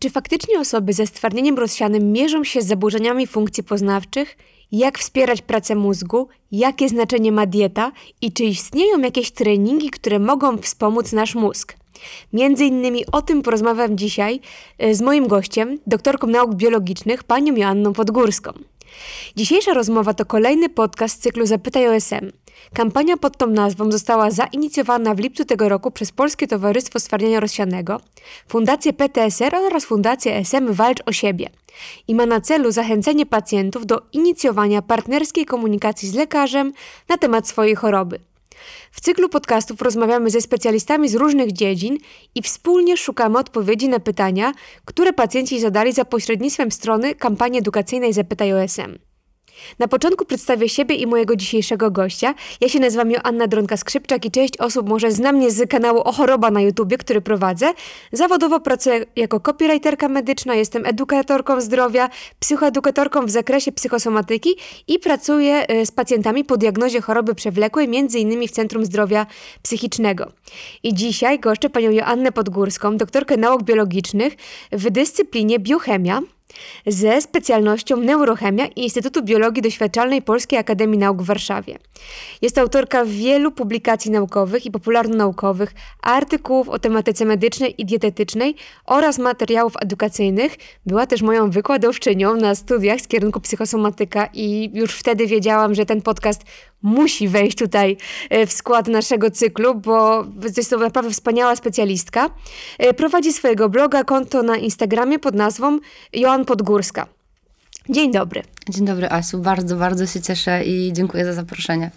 Czy faktycznie osoby ze stwardnieniem rozsianym mierzą się z zaburzeniami funkcji poznawczych? Jak wspierać pracę mózgu? Jakie znaczenie ma dieta? I czy istnieją jakieś treningi, które mogą wspomóc nasz mózg? Między innymi o tym porozmawiam dzisiaj z moim gościem, doktorką nauk biologicznych, panią Joanną Podgórską. Dzisiejsza rozmowa to kolejny podcast z cyklu Zapytaj o SM. Kampania pod tą nazwą została zainicjowana w lipcu tego roku przez Polskie Towarzystwo Stwardnienia Rozsianego, Fundację PTSR oraz Fundację SM Walcz o siebie i ma na celu zachęcenie pacjentów do inicjowania partnerskiej komunikacji z lekarzem na temat swojej choroby. W cyklu podcastów rozmawiamy ze specjalistami z różnych dziedzin i wspólnie szukamy odpowiedzi na pytania, które pacjenci zadali za pośrednictwem strony kampanii edukacyjnej Zapytaj o SM. Na początku przedstawię siebie i mojego dzisiejszego gościa. Ja się nazywam Joanna Dronka-Skrzypczak i część osób może zna mnie z kanału O Choroba na YouTubie, który prowadzę. Zawodowo pracuję jako copywriterka medyczna, jestem edukatorką zdrowia, psychoedukatorką w zakresie psychosomatyki i pracuję z pacjentami po diagnozie choroby przewlekłej, m.in. w Centrum Zdrowia Psychicznego. I dzisiaj goszczę panią Joannę Podgórską, doktorkę nauk biologicznych w dyscyplinie biochemia, ze specjalnością neurochemia i Instytutu Biologii Doświadczalnej Polskiej Akademii Nauk w Warszawie. Jest autorka wielu publikacji naukowych i popularnonaukowych, artykułów o tematyce medycznej i dietetycznej oraz materiałów edukacyjnych. Była też moją wykładowczynią na studiach z kierunku psychosomatyka i już wtedy wiedziałam, że ten podcast musi wejść tutaj w skład naszego cyklu, bo jest to naprawdę wspaniała specjalistka. Prowadzi swojego bloga, konto na Instagramie pod nazwą Joanna Podgórska. Dzień dobry. Dzień dobry, Asiu. Bardzo, bardzo się cieszę i dziękuję za zaproszenie.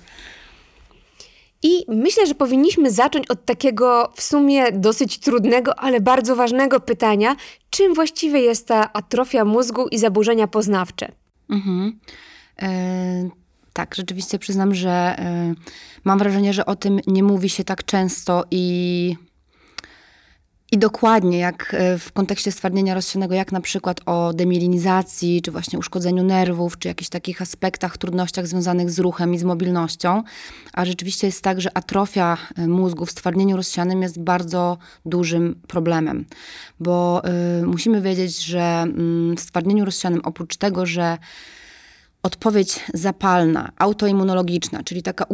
I myślę, że powinniśmy zacząć od takiego w sumie dosyć trudnego, ale bardzo ważnego pytania. Czym właściwie jest ta atrofia mózgu i zaburzenia poznawcze? Tak, rzeczywiście przyznam, że mam wrażenie, że o tym nie mówi się tak często i dokładnie jak w kontekście stwardnienia rozsianego, jak na przykład o demilinizacji, czy właśnie uszkodzeniu nerwów, czy jakichś takich aspektach, trudnościach związanych z ruchem i z mobilnością. A rzeczywiście jest tak, że atrofia mózgu w stwardnieniu rozsianym jest bardzo dużym problemem. Bo musimy wiedzieć, że w stwardnieniu rozsianym oprócz tego, że odpowiedź zapalna, autoimmunologiczna, czyli taka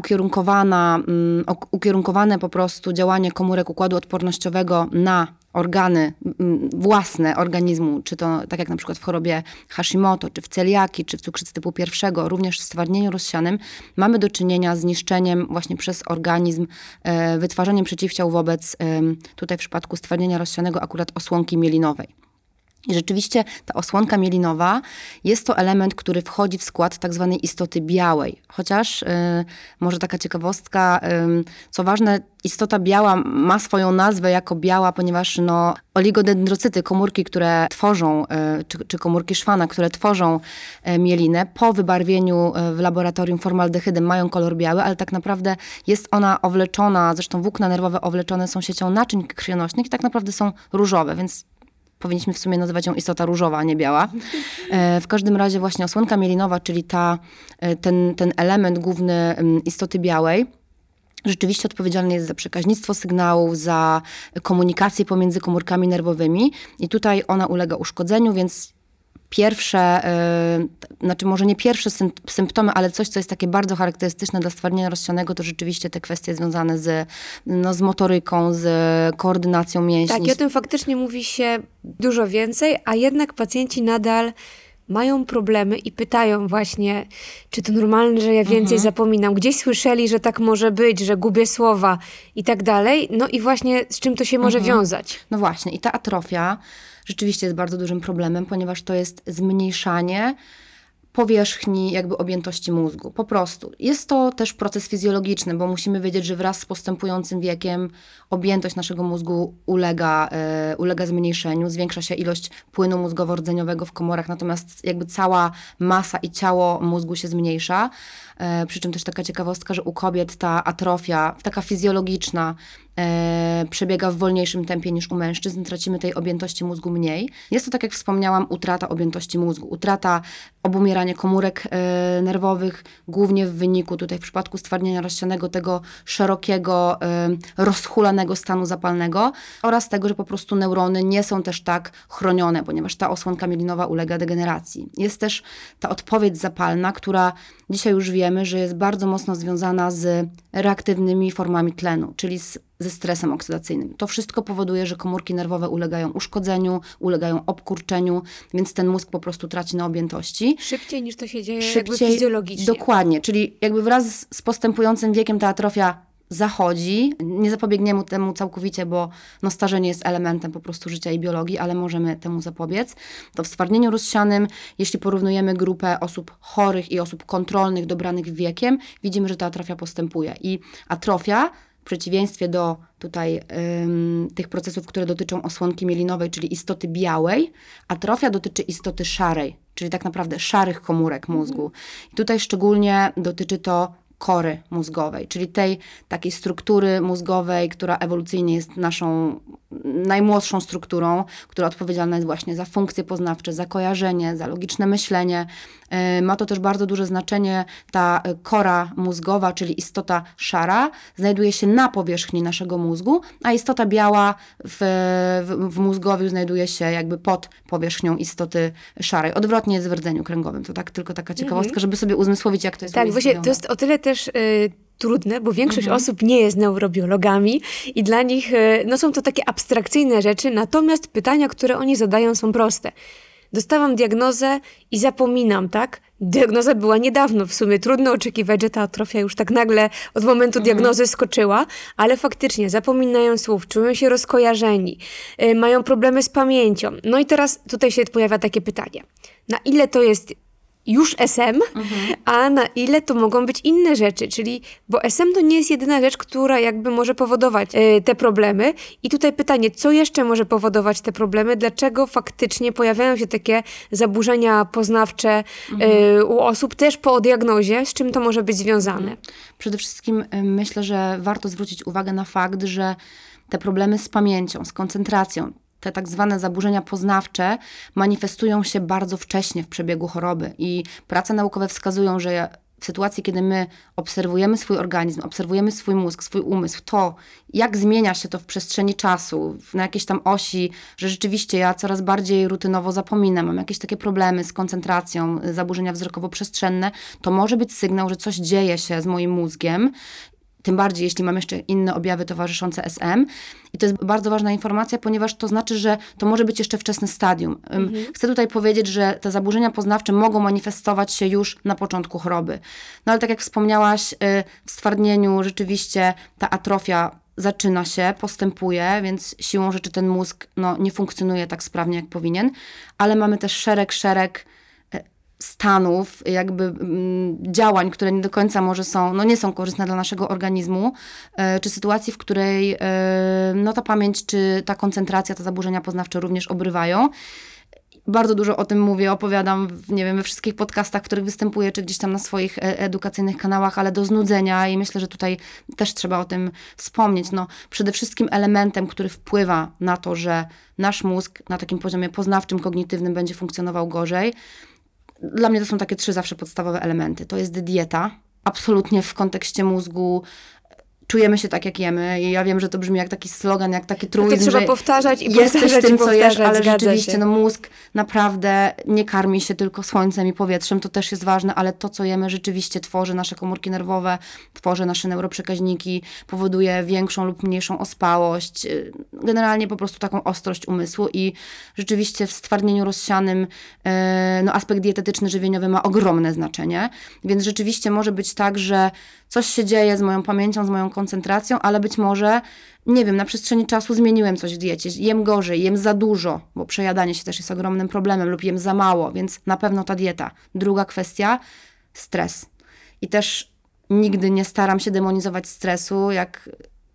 ukierunkowane po prostu działanie komórek układu odpornościowego na organy własne organizmu, czy to tak jak na przykład w chorobie Hashimoto, czy w celiakii, czy w cukrzycy typu 1, również w stwardnieniu rozsianym, mamy do czynienia z niszczeniem właśnie przez organizm, wytwarzaniem przeciwciał wobec, tutaj w przypadku stwardnienia rozsianego akurat osłonki mielinowej. I rzeczywiście ta osłonka mielinowa jest to element, który wchodzi w skład tak zwanej istoty białej. Chociaż, może taka ciekawostka, co ważne, istota biała ma swoją nazwę jako biała, ponieważ oligodendrocyty, komórki, które tworzą, czy komórki szwana, które tworzą mielinę, po wybarwieniu w laboratorium formaldehydem mają kolor biały, ale tak naprawdę jest ona owleczona, zresztą włókna nerwowe owleczone są siecią naczyń krwionośnych i tak naprawdę są różowe, więc powinniśmy w sumie nazywać ją istota różowa, a nie biała. W każdym razie właśnie osłonka mielinowa, czyli ten element główny istoty białej, rzeczywiście odpowiedzialny jest za przekaźnictwo sygnałów, za komunikację pomiędzy komórkami nerwowymi i tutaj ona ulega uszkodzeniu, więc pierwsze, może nie pierwsze symptomy, ale coś, co jest takie bardzo charakterystyczne dla stwardnienia rozsianego, to rzeczywiście te kwestie związane z motoryką, z koordynacją mięśni. Tak, i o tym faktycznie mówi się dużo więcej, a jednak pacjenci nadal mają problemy i pytają właśnie, czy to normalne, że ja więcej zapominam. Gdzieś słyszeli, że tak może być, że gubię słowa i tak dalej. No i właśnie z czym to się może wiązać? No właśnie, i ta atrofia rzeczywiście jest bardzo dużym problemem, ponieważ to jest zmniejszanie powierzchni jakby objętości mózgu. Po prostu. Jest to też proces fizjologiczny, bo musimy wiedzieć, że wraz z postępującym wiekiem objętość naszego mózgu ulega zmniejszeniu, zwiększa się ilość płynu mózgowo-rdzeniowego w komorach, natomiast jakby cała masa i ciało mózgu się zmniejsza. Przy czym też taka ciekawostka, że u kobiet ta atrofia, taka fizjologiczna, przebiega w wolniejszym tempie niż u mężczyzn, tracimy tej objętości mózgu mniej. Jest to, tak jak wspomniałam, utrata objętości mózgu, utrata, obumieranie komórek nerwowych, głównie w wyniku, tutaj w przypadku stwardnienia rozsianego, tego szerokiego, rozhulanego stanu zapalnego oraz tego, że po prostu neurony nie są też tak chronione, ponieważ ta osłonka mielinowa ulega degeneracji. Jest też ta odpowiedź zapalna, która dzisiaj już wiemy, że jest bardzo mocno związana z reaktywnymi formami tlenu, czyli ze stresem oksydacyjnym. To wszystko powoduje, że komórki nerwowe ulegają uszkodzeniu, ulegają obkurczeniu, więc ten mózg po prostu traci na objętości. Szybciej niż to się dzieje jakby fizjologicznie. Dokładnie, czyli jakby wraz z postępującym wiekiem ta atrofia zachodzi. Nie zapobiegniemy temu całkowicie, bo starzenie jest elementem po prostu życia i biologii, ale możemy temu zapobiec. To w stwardnieniu rozsianym, jeśli porównujemy grupę osób chorych i osób kontrolnych dobranych wiekiem, widzimy, że ta atrofia postępuje. I atrofia, w przeciwieństwie do tutaj tych procesów, które dotyczą osłonki mielinowej, czyli istoty białej, atrofia dotyczy istoty szarej, czyli tak naprawdę szarych komórek mózgu. I tutaj szczególnie dotyczy to kory mózgowej, czyli tej takiej struktury mózgowej, która ewolucyjnie jest naszą najmłodszą strukturą, która odpowiedzialna jest właśnie za funkcje poznawcze, za kojarzenie, za logiczne myślenie. Ma to też bardzo duże znaczenie. Ta kora mózgowa, czyli istota szara, znajduje się na powierzchni naszego mózgu, a istota biała w mózgowiu znajduje się jakby pod powierzchnią istoty szarej. Odwrotnie jest w rdzeniu kręgowym. To tak tylko taka ciekawostka, żeby sobie uzmysłowić, jak to jest. Tak, właśnie to jest o tyle też trudne, bo większość osób nie jest neurobiologami i dla nich są to takie abstrakcyjne rzeczy, natomiast pytania, które oni zadają, są proste. Dostałam diagnozę i zapominam, tak? Diagnoza była niedawno, w sumie trudno oczekiwać, że ta atrofia już tak nagle od momentu diagnozy skoczyła, ale faktycznie zapominają słów, czują się rozkojarzeni, mają problemy z pamięcią. No i teraz tutaj się pojawia takie pytanie. Na ile to jest już SM, a na ile to mogą być inne rzeczy, czyli, bo SM to nie jest jedyna rzecz, która jakby może powodować te problemy i tutaj pytanie, co jeszcze może powodować te problemy, dlaczego faktycznie pojawiają się takie zaburzenia poznawcze u osób też po diagnozie, z czym to może być związane? Przede wszystkim myślę, że warto zwrócić uwagę na fakt, że te problemy z pamięcią, z koncentracją, te tak zwane zaburzenia poznawcze manifestują się bardzo wcześnie w przebiegu choroby i prace naukowe wskazują, że w sytuacji, kiedy my obserwujemy swój organizm, obserwujemy swój mózg, swój umysł, to jak zmienia się to w przestrzeni czasu, na jakiejś tam osi, że rzeczywiście ja coraz bardziej rutynowo zapominam, mam jakieś takie problemy z koncentracją, zaburzenia wzrokowo-przestrzenne, to może być sygnał, że coś dzieje się z moim mózgiem. Tym bardziej, jeśli mam jeszcze inne objawy towarzyszące SM. I to jest bardzo ważna informacja, ponieważ to znaczy, że to może być jeszcze wczesne stadium. Chcę tutaj powiedzieć, że te zaburzenia poznawcze mogą manifestować się już na początku choroby. No ale tak jak wspomniałaś, w stwardnieniu rzeczywiście ta atrofia zaczyna się, postępuje, więc siłą rzeczy ten mózg nie funkcjonuje tak sprawnie, jak powinien. Ale mamy też szereg stanów, jakby działań, które nie do końca może nie są korzystne dla naszego organizmu, czy sytuacji, w której ta pamięć, czy ta koncentracja, te zaburzenia poznawcze również obrywają. Bardzo dużo o tym mówię, opowiadam, we wszystkich podcastach, w których występuję, czy gdzieś tam na swoich edukacyjnych kanałach, ale do znudzenia i myślę, że tutaj też trzeba o tym wspomnieć. Przede wszystkim elementem, który wpływa na to, że nasz mózg na takim poziomie poznawczym, kognitywnym będzie funkcjonował gorzej. Dla mnie to są takie 3 zawsze podstawowe elementy. To jest dieta. Absolutnie w kontekście mózgu czujemy się tak, jak jemy. I ja wiem, że to brzmi jak taki slogan, jak taki truizm, to trzeba że powtarzać i jesteś powtarzać tym, i co jesz, ale zgadza rzeczywiście się. mózg naprawdę nie karmi się tylko słońcem i powietrzem. To też jest ważne, ale to, co jemy, rzeczywiście tworzy nasze komórki nerwowe, tworzy nasze neuroprzekaźniki, powoduje większą lub mniejszą ospałość. Generalnie po prostu taką ostrość umysłu i rzeczywiście w stwardnieniu rozsianym aspekt dietetyczny, żywieniowy ma ogromne znaczenie. Więc rzeczywiście może być tak, że coś się dzieje z moją pamięcią, z moją koncentracją, ale być może, na przestrzeni czasu zmieniłem coś w diecie. Jem gorzej, jem za dużo, bo przejadanie się też jest ogromnym problemem lub jem za mało, więc na pewno ta dieta. Druga kwestia, stres. I też nigdy nie staram się demonizować stresu, jak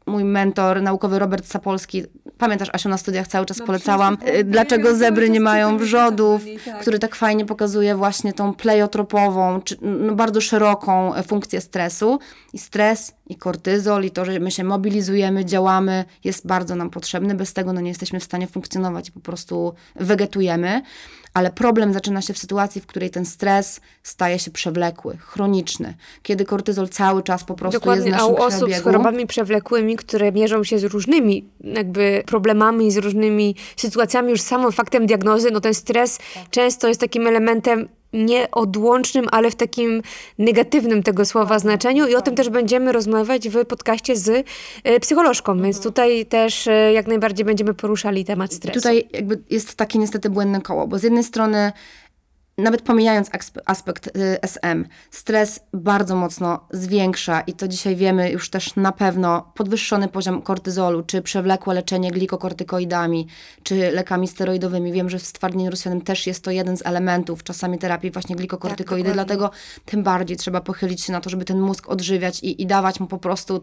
mój mentor naukowy Robert Sapolsky, pamiętasz, Asiu, na studiach cały czas polecałam, dlaczego zebry nie mają wrzodów, który tak fajnie pokazuje właśnie tą pleiotropową, czy bardzo szeroką funkcję stresu. I stres, i kortyzol, i to, że my się mobilizujemy, działamy, jest bardzo nam potrzebny. Bez tego nie jesteśmy w stanie funkcjonować i po prostu wegetujemy. Ale problem zaczyna się w sytuacji, w której ten stres staje się przewlekły, chroniczny. Kiedy kortyzol cały czas po prostu Dokładnie, jest w naszym a u osób krwiobiegu. z chorobami przewlekłymi, które mierzą się z różnymi jakby problemami, z różnymi sytuacjami, już samym faktem diagnozy, no ten stres często jest takim elementem nieodłącznym, ale w takim negatywnym tego słowa znaczeniu i o tym też będziemy rozmawiać w podcaście z psycholożką, więc tutaj też jak najbardziej będziemy poruszali temat stresu. Tutaj jakby jest takie niestety błędne koło, bo z jednej strony nawet pomijając aspekt SM, stres bardzo mocno zwiększa i to dzisiaj wiemy już też na pewno podwyższony poziom kortyzolu, czy przewlekłe leczenie glikokortykoidami, czy lekami steroidowymi. Wiem, że w stwardnieniu rozsianym też jest to jeden z elementów czasami terapii właśnie glikokortykoidy, dlatego tym bardziej trzeba pochylić się na to, żeby ten mózg odżywiać i dawać mu po prostu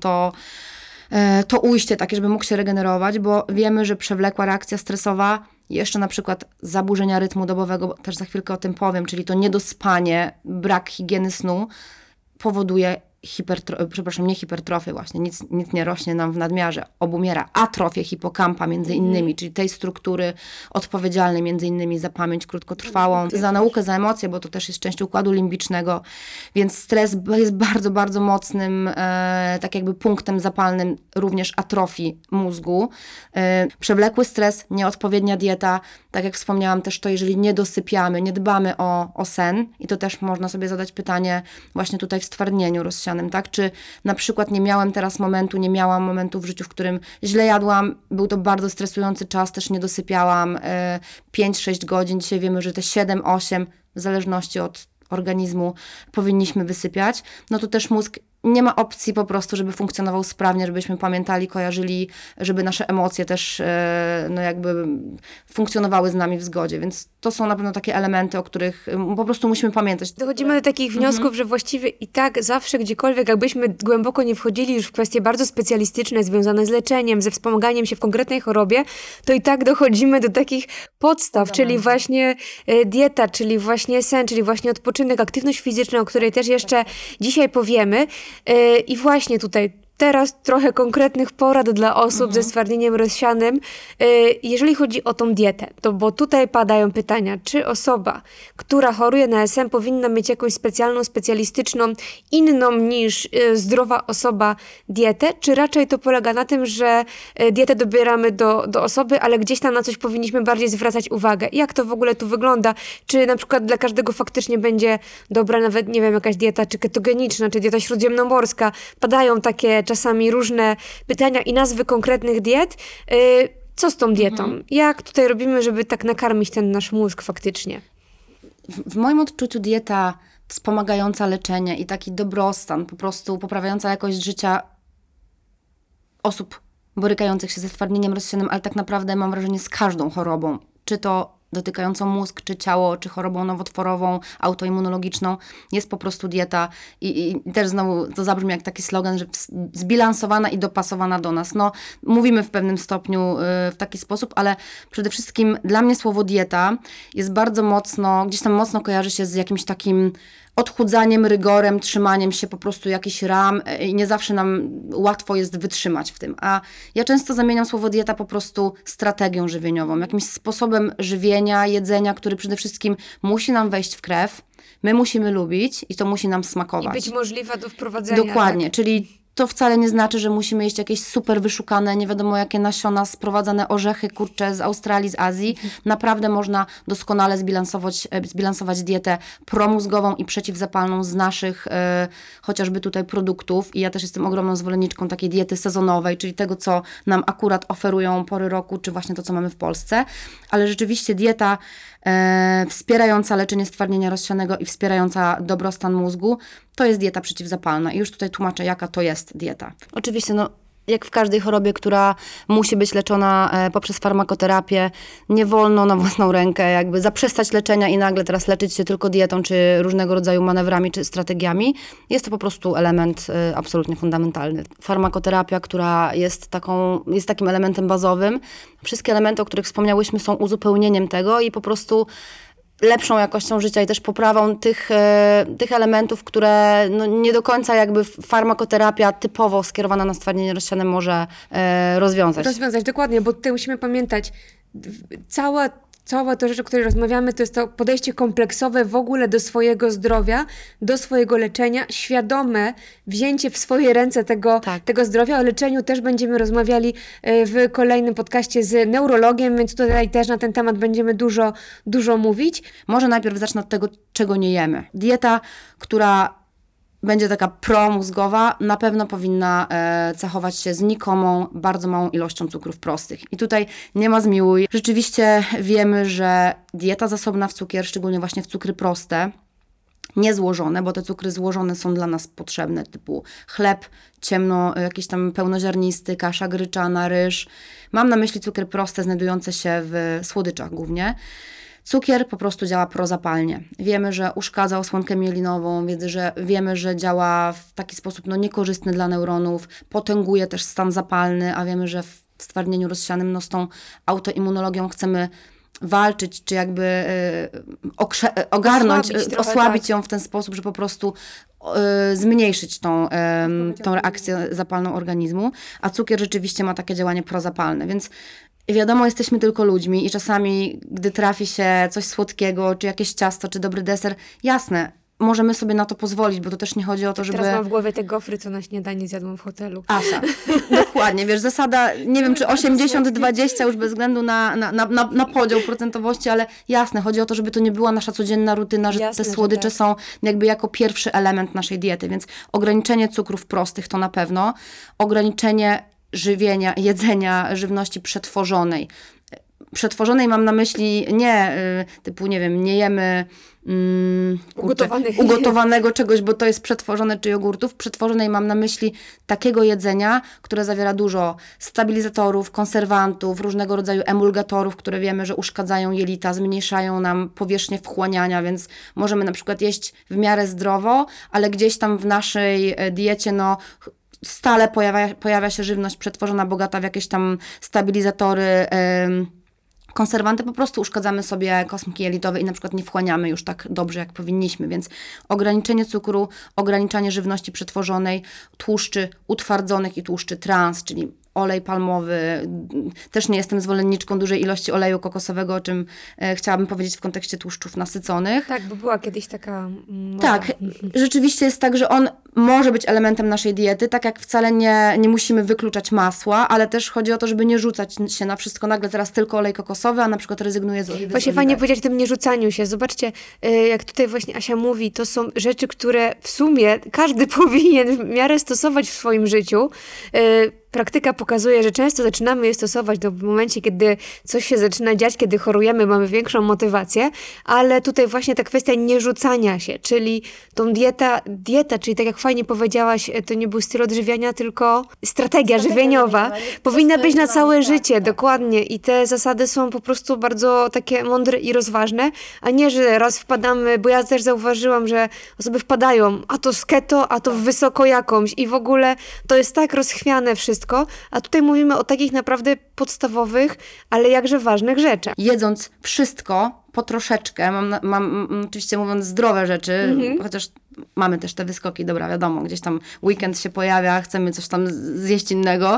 to ujście takie, żeby mógł się regenerować, bo wiemy, że przewlekła reakcja stresowa, jeszcze na przykład zaburzenia rytmu dobowego, bo też za chwilkę o tym powiem, czyli to niedospanie, brak higieny snu powoduje nie hipertrofię właśnie, nic nie rośnie nam w nadmiarze, obumiera atrofię hipokampa między innymi, czyli tej struktury odpowiedzialnej między innymi za pamięć krótkotrwałą, za naukę, za emocje, bo to też jest część układu limbicznego, więc stres jest bardzo, bardzo mocnym tak jakby punktem zapalnym również atrofii mózgu. Przewlekły stres, nieodpowiednia dieta, tak jak wspomniałam też to, jeżeli nie dosypiamy, nie dbamy o sen i to też można sobie zadać pytanie właśnie tutaj w stwardnieniu rozsianym, tak? Czy na przykład nie miałam momentu w życiu, w którym źle jadłam, był to bardzo stresujący czas, też nie dosypiałam 5-6 godzin, dzisiaj wiemy, że te 7-8 w zależności od organizmu powinniśmy wysypiać, no to też mózg nie ma opcji po prostu, żeby funkcjonował sprawnie, żebyśmy pamiętali, kojarzyli, żeby nasze emocje też no jakby funkcjonowały z nami w zgodzie. Więc to są na pewno takie elementy, o których po prostu musimy pamiętać. Dochodzimy do takich wniosków, że właściwie i tak zawsze gdziekolwiek, jakbyśmy głęboko nie wchodzili już w kwestie bardzo specjalistyczne, związane z leczeniem, ze wspomaganiem się w konkretnej chorobie, to i tak dochodzimy do takich podstaw, czyli właśnie dieta, czyli właśnie sen, czyli właśnie odpoczynek, aktywność fizyczna, o której też jeszcze dzisiaj powiemy. I właśnie tutaj teraz trochę konkretnych porad dla osób ze stwardnieniem rozsianym, jeżeli chodzi o tą dietę. To bo tutaj padają pytania, czy osoba, która choruje na SM powinna mieć jakąś specjalną, specjalistyczną, inną niż zdrowa osoba dietę, czy raczej to polega na tym, że dietę dobieramy do osoby, ale gdzieś tam na coś powinniśmy bardziej zwracać uwagę. Jak to w ogóle tu wygląda? Czy na przykład dla każdego faktycznie będzie dobra nawet, nie wiem, jakaś dieta, czy ketogeniczna, czy dieta śródziemnomorska? Padają takie czasami różne pytania i nazwy konkretnych diet. Co z tą dietą? Jak tutaj robimy, żeby tak nakarmić ten nasz mózg faktycznie? W moim odczuciu dieta wspomagająca leczenie i taki dobrostan, po prostu poprawiająca jakość życia osób borykających się ze stwardnieniem rozsianym, ale tak naprawdę mam wrażenie z każdą chorobą, czy to dotykającą mózg, czy ciało, czy chorobą nowotworową, autoimmunologiczną, jest po prostu dieta i też znowu to zabrzmi jak taki slogan, że zbilansowana i dopasowana do nas. No, mówimy w pewnym stopniu w taki sposób, ale przede wszystkim dla mnie słowo dieta jest bardzo mocno, gdzieś tam mocno kojarzy się z jakimś takim odchudzaniem, rygorem, trzymaniem się po prostu jakichś ram i nie zawsze nam łatwo jest wytrzymać w tym. A ja często zamieniam słowo dieta po prostu strategią żywieniową, jakimś sposobem żywienia, jedzenia, który przede wszystkim musi nam wejść w krew, my musimy lubić i to musi nam smakować. I być możliwe do wprowadzenia. Dokładnie, tak? czyli to wcale nie znaczy, że musimy jeść jakieś super wyszukane, nie wiadomo jakie nasiona, sprowadzane orzechy, kurcze z Australii, z Azji. Naprawdę można doskonale zbilansować dietę promózgową i przeciwzapalną z naszych chociażby tutaj produktów. I ja też jestem ogromną zwolenniczką takiej diety sezonowej, czyli tego, co nam akurat oferują pory roku, czy właśnie to, co mamy w Polsce. Ale rzeczywiście dieta wspierająca leczenie stwardnienia rozsianego i wspierająca dobrostan mózgu, to jest dieta przeciwzapalna. I już tutaj tłumaczę, jaka to jest dieta. Oczywiście, no, jak w każdej chorobie, która musi być leczona poprzez farmakoterapię, nie wolno na własną rękę jakby zaprzestać leczenia i nagle teraz leczyć się tylko dietą, czy różnego rodzaju manewrami, czy strategiami. Jest to po prostu element absolutnie fundamentalny. Farmakoterapia, która jest takim elementem bazowym. Wszystkie elementy, o których wspomniałyśmy, są uzupełnieniem tego i po prostu lepszą jakością życia i też poprawą tych elementów, które no, nie do końca jakby farmakoterapia typowo skierowana na stwardnienie rozsiane może rozwiązać. Rozwiązać, dokładnie, bo tutaj musimy pamiętać, cała to rzecz, o której rozmawiamy, to jest to podejście kompleksowe w ogóle do swojego zdrowia, do swojego leczenia, świadome wzięcie w swoje ręce tego zdrowia. O leczeniu też będziemy rozmawiali w kolejnym podcaście z neurologiem, więc tutaj też na ten temat będziemy dużo mówić. Może najpierw zacznę od tego, czego nie jemy. Dieta, która będzie taka promózgowa, na pewno powinna cechować się znikomą, bardzo małą ilością cukrów prostych. I tutaj nie ma zmiłuj. Rzeczywiście wiemy, że dieta zasobna w cukier, szczególnie właśnie w cukry proste, niezłożone, bo te cukry złożone są dla nas potrzebne, typu chleb jakiś tam pełnoziarnisty, kasza gryczana, ryż. Mam na myśli cukry proste, znajdujące się w słodyczach głównie. Cukier po prostu działa prozapalnie. Wiemy, że uszkadza osłonkę mielinową, wiemy, że działa w taki sposób niekorzystny dla neuronów, potęguje też stan zapalny, a wiemy, że w stwardnieniu rozsianym z tą autoimmunologią chcemy walczyć, czy jakby ogarnąć, osłabić ją w ten sposób, że po prostu zmniejszyć tą reakcję zapalną organizmu, a cukier rzeczywiście ma takie działanie prozapalne, więc wiadomo, jesteśmy tylko ludźmi i czasami, gdy trafi się coś słodkiego, czy jakieś ciasto, czy dobry deser, jasne, możemy sobie na to pozwolić, bo to też nie chodzi o to, żeby... Teraz mam w głowie te gofry, co na śniadanie zjadłam w hotelu. Asia, dokładnie, wiesz, zasada, nie wiem, czy 80-20 już bez względu na podział procentowości, ale jasne, chodzi o to, żeby to nie była nasza codzienna rutyna, że jasne, te słodycze tak. są jakby jako pierwszy element naszej diety, więc ograniczenie cukrów prostych to na pewno, ograniczenie jedzenia żywności przetworzonej. Przetworzonej mam na myśli nie typu, nie wiem, nie jemy ugotowanego czegoś, bo to jest przetworzone, czy jogurtów. Przetworzonej mam na myśli takiego jedzenia, które zawiera dużo stabilizatorów, konserwantów, różnego rodzaju emulgatorów, które wiemy, że uszkadzają jelita, zmniejszają nam powierzchnię wchłaniania, więc możemy na przykład jeść w miarę zdrowo, ale gdzieś tam w naszej diecie stale pojawia się żywność przetworzona, bogata w jakieś tam stabilizatory, konserwanty, po prostu uszkadzamy sobie kosmki jelitowe i na przykład nie wchłaniamy już tak dobrze, jak powinniśmy, więc ograniczenie cukru, ograniczanie żywności przetworzonej, tłuszczy utwardzonych i tłuszczy trans, czyli olej palmowy. Też nie jestem zwolenniczką dużej ilości oleju kokosowego, o czym chciałabym powiedzieć w kontekście tłuszczów nasyconych. Tak, bo była kiedyś taka moda. Tak, rzeczywiście jest tak, że on może być elementem naszej diety, tak jak wcale nie musimy wykluczać masła, ale też chodzi o to, żeby nie rzucać się na wszystko nagle teraz tylko olej kokosowy, a na przykład rezygnuję z oliwy. Właśnie fajnie powiedzieć o tym nierzucaniu się. Zobaczcie, jak tutaj właśnie Asia mówi, to są rzeczy, które w sumie każdy powinien w miarę stosować w swoim życiu. Praktyka pokazuje, że często zaczynamy je stosować w momencie, kiedy coś się zaczyna dziać, kiedy chorujemy, mamy większą motywację, ale tutaj właśnie ta kwestia nierzucania się, czyli tą dieta, czyli tak jak fajnie powiedziałaś, to nie był styl odżywiania, tylko strategia żywieniowa, powinna być na całe życie, dokładnie. I te zasady są po prostu bardzo takie mądre i rozważne, a nie, że raz wpadamy, bo ja też zauważyłam, że osoby wpadają, a to z keto, a to w wysoko jakąś i w ogóle to jest tak rozchwiane wszystko, a tutaj mówimy o takich naprawdę podstawowych, ale jakże ważnych rzeczach. Jedząc wszystko po troszeczkę, mam oczywiście mówiąc zdrowe rzeczy, chociaż mamy też te wyskoki, dobra, wiadomo, gdzieś tam weekend się pojawia, chcemy coś tam zjeść innego.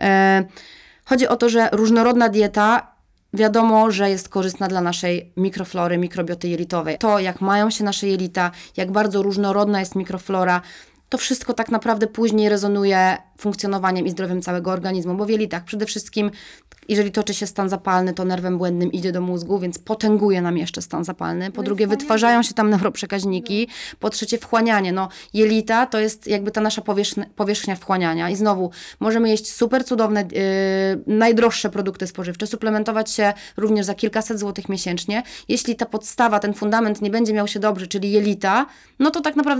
Chodzi o to, że różnorodna dieta wiadomo, że jest korzystna dla naszej mikroflory, mikrobioty jelitowej. To, jak mają się nasze jelita, jak bardzo różnorodna jest mikroflora, to wszystko tak naprawdę później rezonuje funkcjonowaniem i zdrowiem całego organizmu, bo w jelitach przede wszystkim, jeżeli toczy się stan zapalny, to nerwem błędnym idzie do mózgu, więc potęguje nam jeszcze stan zapalny. Po drugie, wytwarzają się tam neuroprzekaźniki. Po trzecie, wchłanianie. Jelita to jest jakby ta nasza powierzchnia wchłaniania. I znowu, możemy jeść super cudowne, najdroższe produkty spożywcze, suplementować się również za kilkaset złotych miesięcznie. Jeśli ta podstawa, ten fundament nie będzie miał się dobrze, czyli jelita, no to tak naprawdę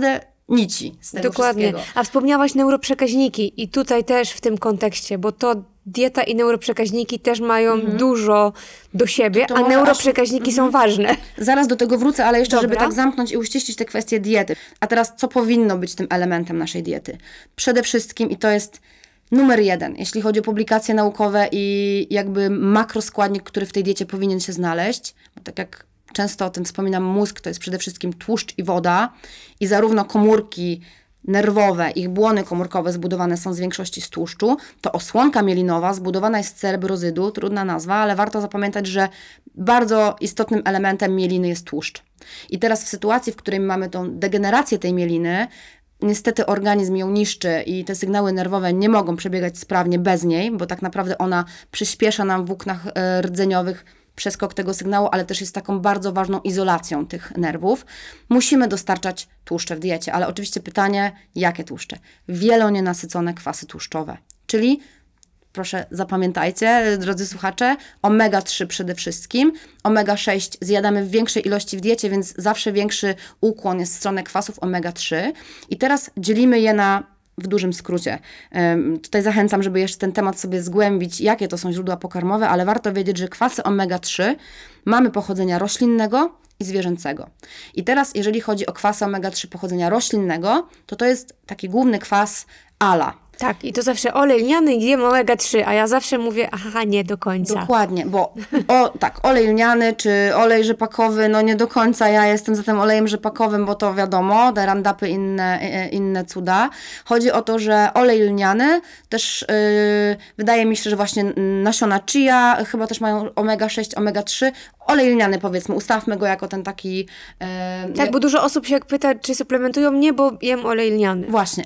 nici z tego Dokładnie. wszystkiego. A wspomniałaś neuroprzekaźniki i tutaj też w tym kontekście, bo to dieta i neuroprzekaźniki też mają dużo do siebie, To a może neuroprzekaźniki są ważne. Zaraz do tego wrócę, ale jeszcze, żeby Dobra. tak zamknąć i uściślić te kwestie diety. A teraz, co powinno być tym elementem naszej diety? Przede wszystkim, i to jest numer 1, jeśli chodzi o publikacje naukowe i jakby makroskładnik, który w tej diecie powinien się znaleźć, bo tak jak często o tym wspominam, mózg to jest przede wszystkim tłuszcz i woda i zarówno komórki nerwowe, ich błony komórkowe zbudowane są z większości z tłuszczu, to osłonka mielinowa zbudowana jest z cerebrozydu, trudna nazwa, ale warto zapamiętać, że bardzo istotnym elementem mieliny jest tłuszcz. I teraz w sytuacji, w której mamy tą degenerację tej mieliny, niestety organizm ją niszczy i te sygnały nerwowe nie mogą przebiegać sprawnie bez niej, bo tak naprawdę ona przyspiesza nam w włóknach rdzeniowych przeskok tego sygnału, ale też jest taką bardzo ważną izolacją tych nerwów. Musimy dostarczać tłuszcze w diecie, ale oczywiście pytanie, jakie tłuszcze? Wielonienasycone kwasy tłuszczowe, czyli proszę zapamiętajcie, drodzy słuchacze, omega-3 przede wszystkim. Omega-6 zjadamy w większej ilości w diecie, więc zawsze większy ukłon jest w stronę kwasów omega-3. I teraz dzielimy je na, w dużym skrócie, tutaj zachęcam, żeby jeszcze ten temat sobie zgłębić, jakie to są źródła pokarmowe, ale warto wiedzieć, że kwasy omega-3 mamy pochodzenia roślinnego i zwierzęcego. I teraz, jeżeli chodzi o kwasy omega-3 pochodzenia roślinnego, to jest taki główny kwas ALA. Tak, i to zawsze olej lniany i jem omega-3, a ja zawsze mówię, aha, nie do końca. Dokładnie, bo olej lniany czy olej rzepakowy, no nie do końca ja jestem za tym olejem rzepakowym, bo to wiadomo, te Roundupy, inne cuda. Chodzi o to, że olej lniany też wydaje mi się, że właśnie nasiona chia chyba też mają omega-6, omega-3. Olej lniany, powiedzmy, ustawmy go jako ten taki... Tak, bo dużo osób się pyta, czy suplementują mnie, bo jem olej lniany. Właśnie,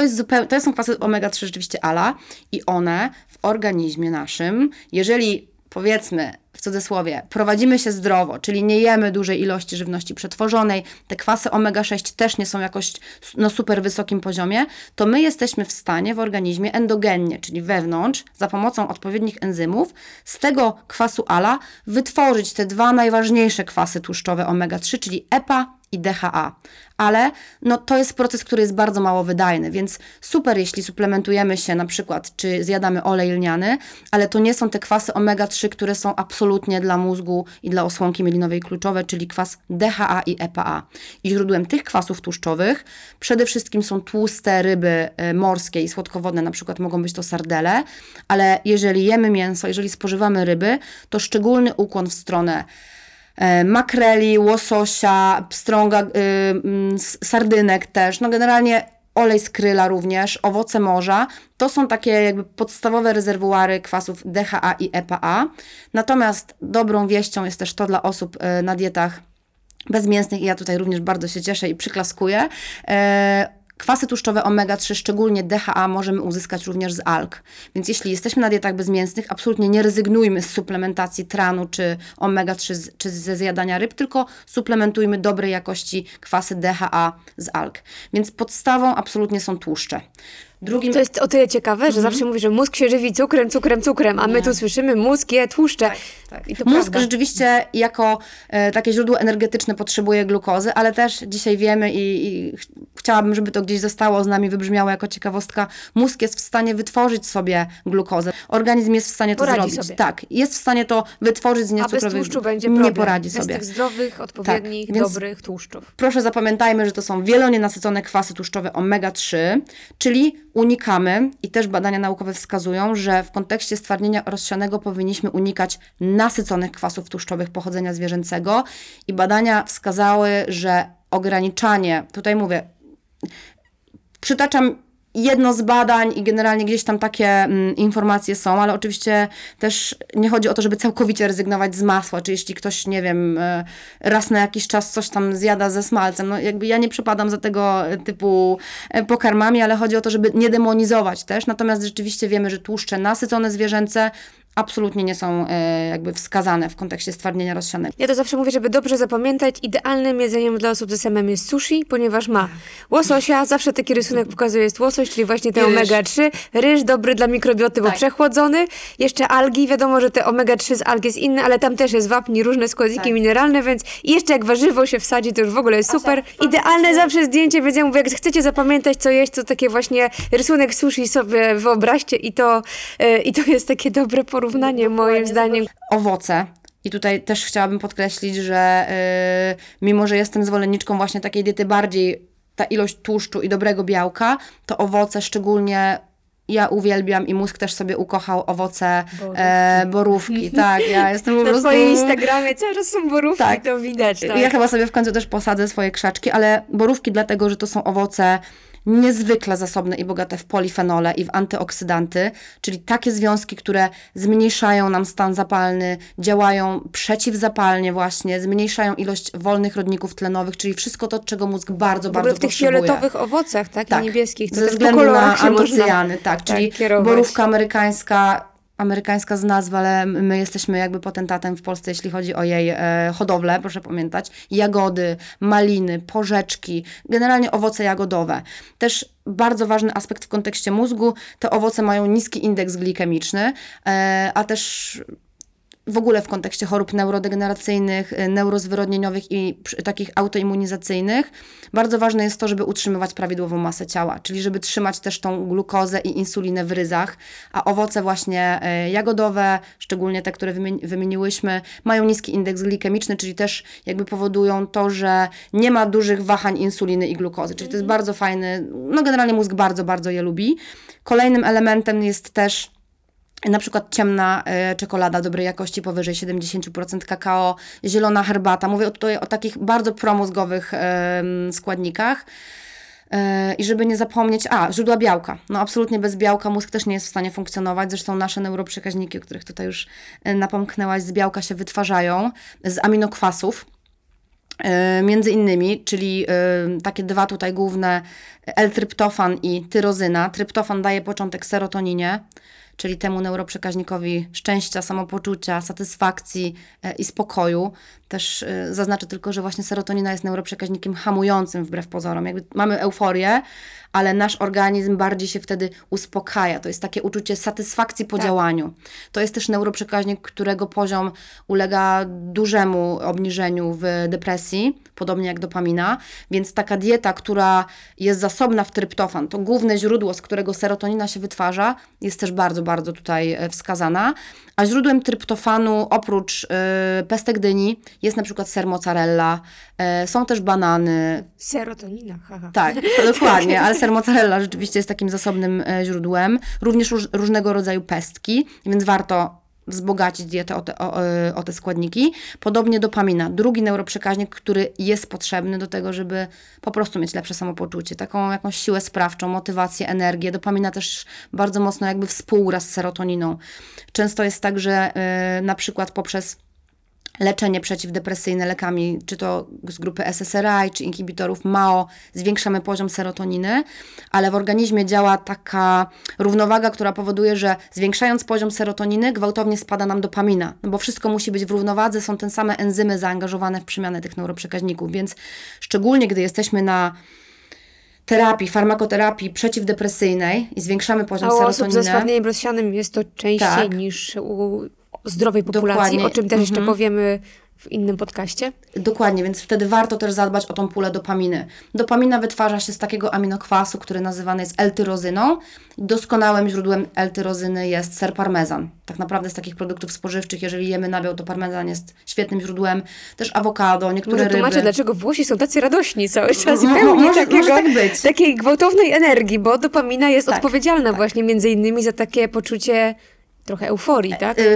to są kwasy omega-3 rzeczywiście ALA i one w organizmie naszym, jeżeli powiedzmy w cudzysłowie, prowadzimy się zdrowo, czyli nie jemy dużej ilości żywności przetworzonej, te kwasy omega-6 też nie są jakoś na super wysokim poziomie, to my jesteśmy w stanie w organizmie endogennie, czyli wewnątrz, za pomocą odpowiednich enzymów, z tego kwasu ALA wytworzyć te dwa najważniejsze kwasy tłuszczowe omega-3, czyli EPA i DHA. Ale no, to jest proces, który jest bardzo mało wydajny, więc super, jeśli suplementujemy się na przykład, czy zjadamy olej lniany, ale to nie są te kwasy omega-3, które są absolutnie dla mózgu i dla osłonki mielinowej kluczowe, czyli kwas DHA i EPA. I źródłem tych kwasów tłuszczowych przede wszystkim są tłuste ryby morskie i słodkowodne, na przykład mogą być to sardele, ale jeżeli jemy mięso, jeżeli spożywamy ryby, to szczególny ukłon w stronę makreli, łososia, pstrąga, sardynek też, no generalnie olej z kryla również, owoce morza, to są takie jakby podstawowe rezerwuary kwasów DHA i EPA. Natomiast dobrą wieścią jest też to dla osób na dietach bezmięsnych i ja tutaj również bardzo się cieszę i przyklaskuję. Kwasy tłuszczowe omega-3, szczególnie DHA, możemy uzyskać również z alg. Więc jeśli jesteśmy na dietach bezmięsnych, absolutnie nie rezygnujmy z suplementacji tranu czy omega-3 czy ze zjadania ryb, tylko suplementujmy dobrej jakości kwasy DHA z alg. Więc podstawą absolutnie są tłuszcze. To jest o tyle ciekawe, że zawsze mówi, że mózg się żywi cukrem, a my tu słyszymy, mózg je tłuszcze. Tak. I to Mózg prawda. rzeczywiście jako takie źródło energetyczne potrzebuje glukozy, ale też dzisiaj wiemy i chciałabym, żeby to gdzieś zostało z nami, wybrzmiało jako ciekawostka, mózg jest w stanie wytworzyć sobie glukozę. Organizm jest w stanie to Poradzi zrobić. sobie. Tak, jest w stanie to wytworzyć z A bez niecukrowych. tłuszczu będzie problem. Nie poradzi bez sobie. tych zdrowych, odpowiednich, Tak, więc dobrych tłuszczów. Proszę zapamiętajmy, że to są wielonienasycone kwasy tłuszczowe omega-3, czyli unikamy, i też badania naukowe wskazują, że w kontekście stwardnienia rozsianego powinniśmy unikać nasyconych kwasów tłuszczowych pochodzenia zwierzęcego i badania wskazały, że ograniczanie, tutaj mówię, przytaczam jedno z badań i generalnie gdzieś tam takie informacje są, ale oczywiście też nie chodzi o to, żeby całkowicie rezygnować z masła, czy jeśli ktoś, nie wiem, raz na jakiś czas coś tam zjada ze smalcem, no jakby ja nie przepadam za tego typu pokarmami, ale chodzi o to, żeby nie demonizować też, natomiast rzeczywiście wiemy, że tłuszcze nasycone zwierzęce absolutnie nie są jakby wskazane w kontekście stwardnienia rozsianego. Ja to zawsze mówię, żeby dobrze zapamiętać, idealnym jedzeniem dla osób z SM-em jest sushi, ponieważ ma łososia, zawsze taki rysunek pokazuje, jest łosoś, czyli właśnie te I ryż. omega-3, ryż dobry dla mikrobioty, bo Tak. przechłodzony, jeszcze algi, wiadomo, że te omega-3 z alg jest inne, ale tam też jest wapń i różne składniki Tak. mineralne, więc i jeszcze jak warzywo się wsadzi, to już w ogóle jest super. Idealne zawsze zdjęcie, więc ja mówię, jak chcecie zapamiętać, co jeść, to takie właśnie rysunek sushi sobie wyobraźcie i to jest takie dobre porównanie moim zdaniem. Owoce. I tutaj też chciałabym podkreślić, że mimo, że jestem zwolenniczką właśnie takiej diety bardziej ta ilość tłuszczu i dobrego białka, to owoce szczególnie ja uwielbiam i mózg też sobie ukochał owoce borówki. Tak, ja jestem po Na prostu... swoim Instagramie cały czas są borówki, Tak. to widać. Tak. Ja chyba sobie w końcu też posadzę swoje krzaczki, ale borówki dlatego, że to są owoce niezwykle zasobne i bogate w polifenole i w antyoksydanty, czyli takie związki, które zmniejszają nam stan zapalny, działają przeciwzapalnie właśnie, zmniejszają ilość wolnych rodników tlenowych, czyli wszystko to, czego mózg bardzo, W ogóle bardzo w tych potrzebuje. fioletowych owocach, tak? I niebieskich. To ze też po względu na kolorach się antocyjany, można, czyli kierować. borówka amerykańska z nazwy, ale my jesteśmy jakby potentatem w Polsce, jeśli chodzi o jej hodowlę, proszę pamiętać. Jagody, maliny, porzeczki, generalnie owoce jagodowe. Też bardzo ważny aspekt w kontekście mózgu, te owoce mają niski indeks glikemiczny, a też w ogóle w kontekście chorób neurodegeneracyjnych, neurozwyrodnieniowych i takich autoimmunizacyjnych, bardzo ważne jest to, żeby utrzymywać prawidłową masę ciała, czyli żeby trzymać też tą glukozę i insulinę w ryzach, a owoce właśnie jagodowe, szczególnie te, które wymieniłyśmy, mają niski indeks glikemiczny, czyli też jakby powodują to, że nie ma dużych wahań insuliny i glukozy, czyli to jest bardzo fajny, no generalnie mózg bardzo, bardzo je lubi. Kolejnym elementem jest też na przykład ciemna czekolada dobrej jakości, powyżej 70% kakao, zielona herbata. Mówię tutaj o takich bardzo promózgowych składnikach. I żeby nie zapomnieć, źródła białka. No absolutnie bez białka mózg też nie jest w stanie funkcjonować. Zresztą nasze neuroprzekaźniki, o których tutaj już napomknęłaś, z białka się wytwarzają, z aminokwasów. Między innymi, czyli takie dwa tutaj główne, L-tryptofan i tyrozyna. Tryptofan daje początek serotoninie, czyli temu neuroprzekaźnikowi szczęścia, samopoczucia, satysfakcji i spokoju. Też zaznaczę tylko, że właśnie serotonina jest neuroprzekaźnikiem hamującym wbrew pozorom. Jakby mamy euforię, ale nasz organizm bardziej się wtedy uspokaja. To jest takie uczucie satysfakcji po działaniu. To jest też neuroprzekaźnik, którego poziom ulega dużemu obniżeniu w depresji, podobnie jak dopamina. Więc taka dieta, która jest zasobna w tryptofan, to główne źródło, z którego serotonina się wytwarza, jest też bardzo, bardzo tutaj wskazana. A źródłem tryptofanu oprócz pestek dyni jest na przykład ser mozzarella, są też banany. Serotonina, haha. Tak, to dokładnie, ale ser mozzarella rzeczywiście jest takim zasobnym źródłem. Również różnego rodzaju pestki, więc warto wzbogacić dietę o te składniki. Podobnie dopamina, drugi neuroprzekaźnik, który jest potrzebny do tego, żeby po prostu mieć lepsze samopoczucie, taką jakąś siłę sprawczą, motywację, energię. Dopamina też bardzo mocno jakby współgra z serotoniną. Często jest tak, że na przykład poprzez leczenie przeciwdepresyjne lekami, czy to z grupy SSRI, czy inhibitorów MAO, zwiększamy poziom serotoniny, ale w organizmie działa taka równowaga, która powoduje, że zwiększając poziom serotoniny, gwałtownie spada nam dopamina, no bo wszystko musi być w równowadze, są te same enzymy zaangażowane w przemianę tych neuroprzekaźników, więc szczególnie gdy jesteśmy na terapii, farmakoterapii przeciwdepresyjnej i zwiększamy poziom A u serotoniny. osób ze stwardnieniem rozsianym jest to częściej niż u zdrowej populacji, Dokładnie. o czym też jeszcze powiemy w innym podcaście. Dokładnie, więc wtedy warto też zadbać o tą pulę dopaminy. Dopamina wytwarza się z takiego aminokwasu, który nazywany jest L-tyrozyną. Doskonałym źródłem L-tyrozyny jest ser parmezan. Tak naprawdę z takich produktów spożywczych, jeżeli jemy nabiał, to parmezan jest świetnym źródłem. Też awokado, niektóre Może ryby. tłumaczę, dlaczego Włosi są tacy radośni cały czas i No, pełni może tak być. takiej gwałtownej energii, bo dopamina jest Tak, odpowiedzialna właśnie między innymi za takie poczucie trochę euforii, tak?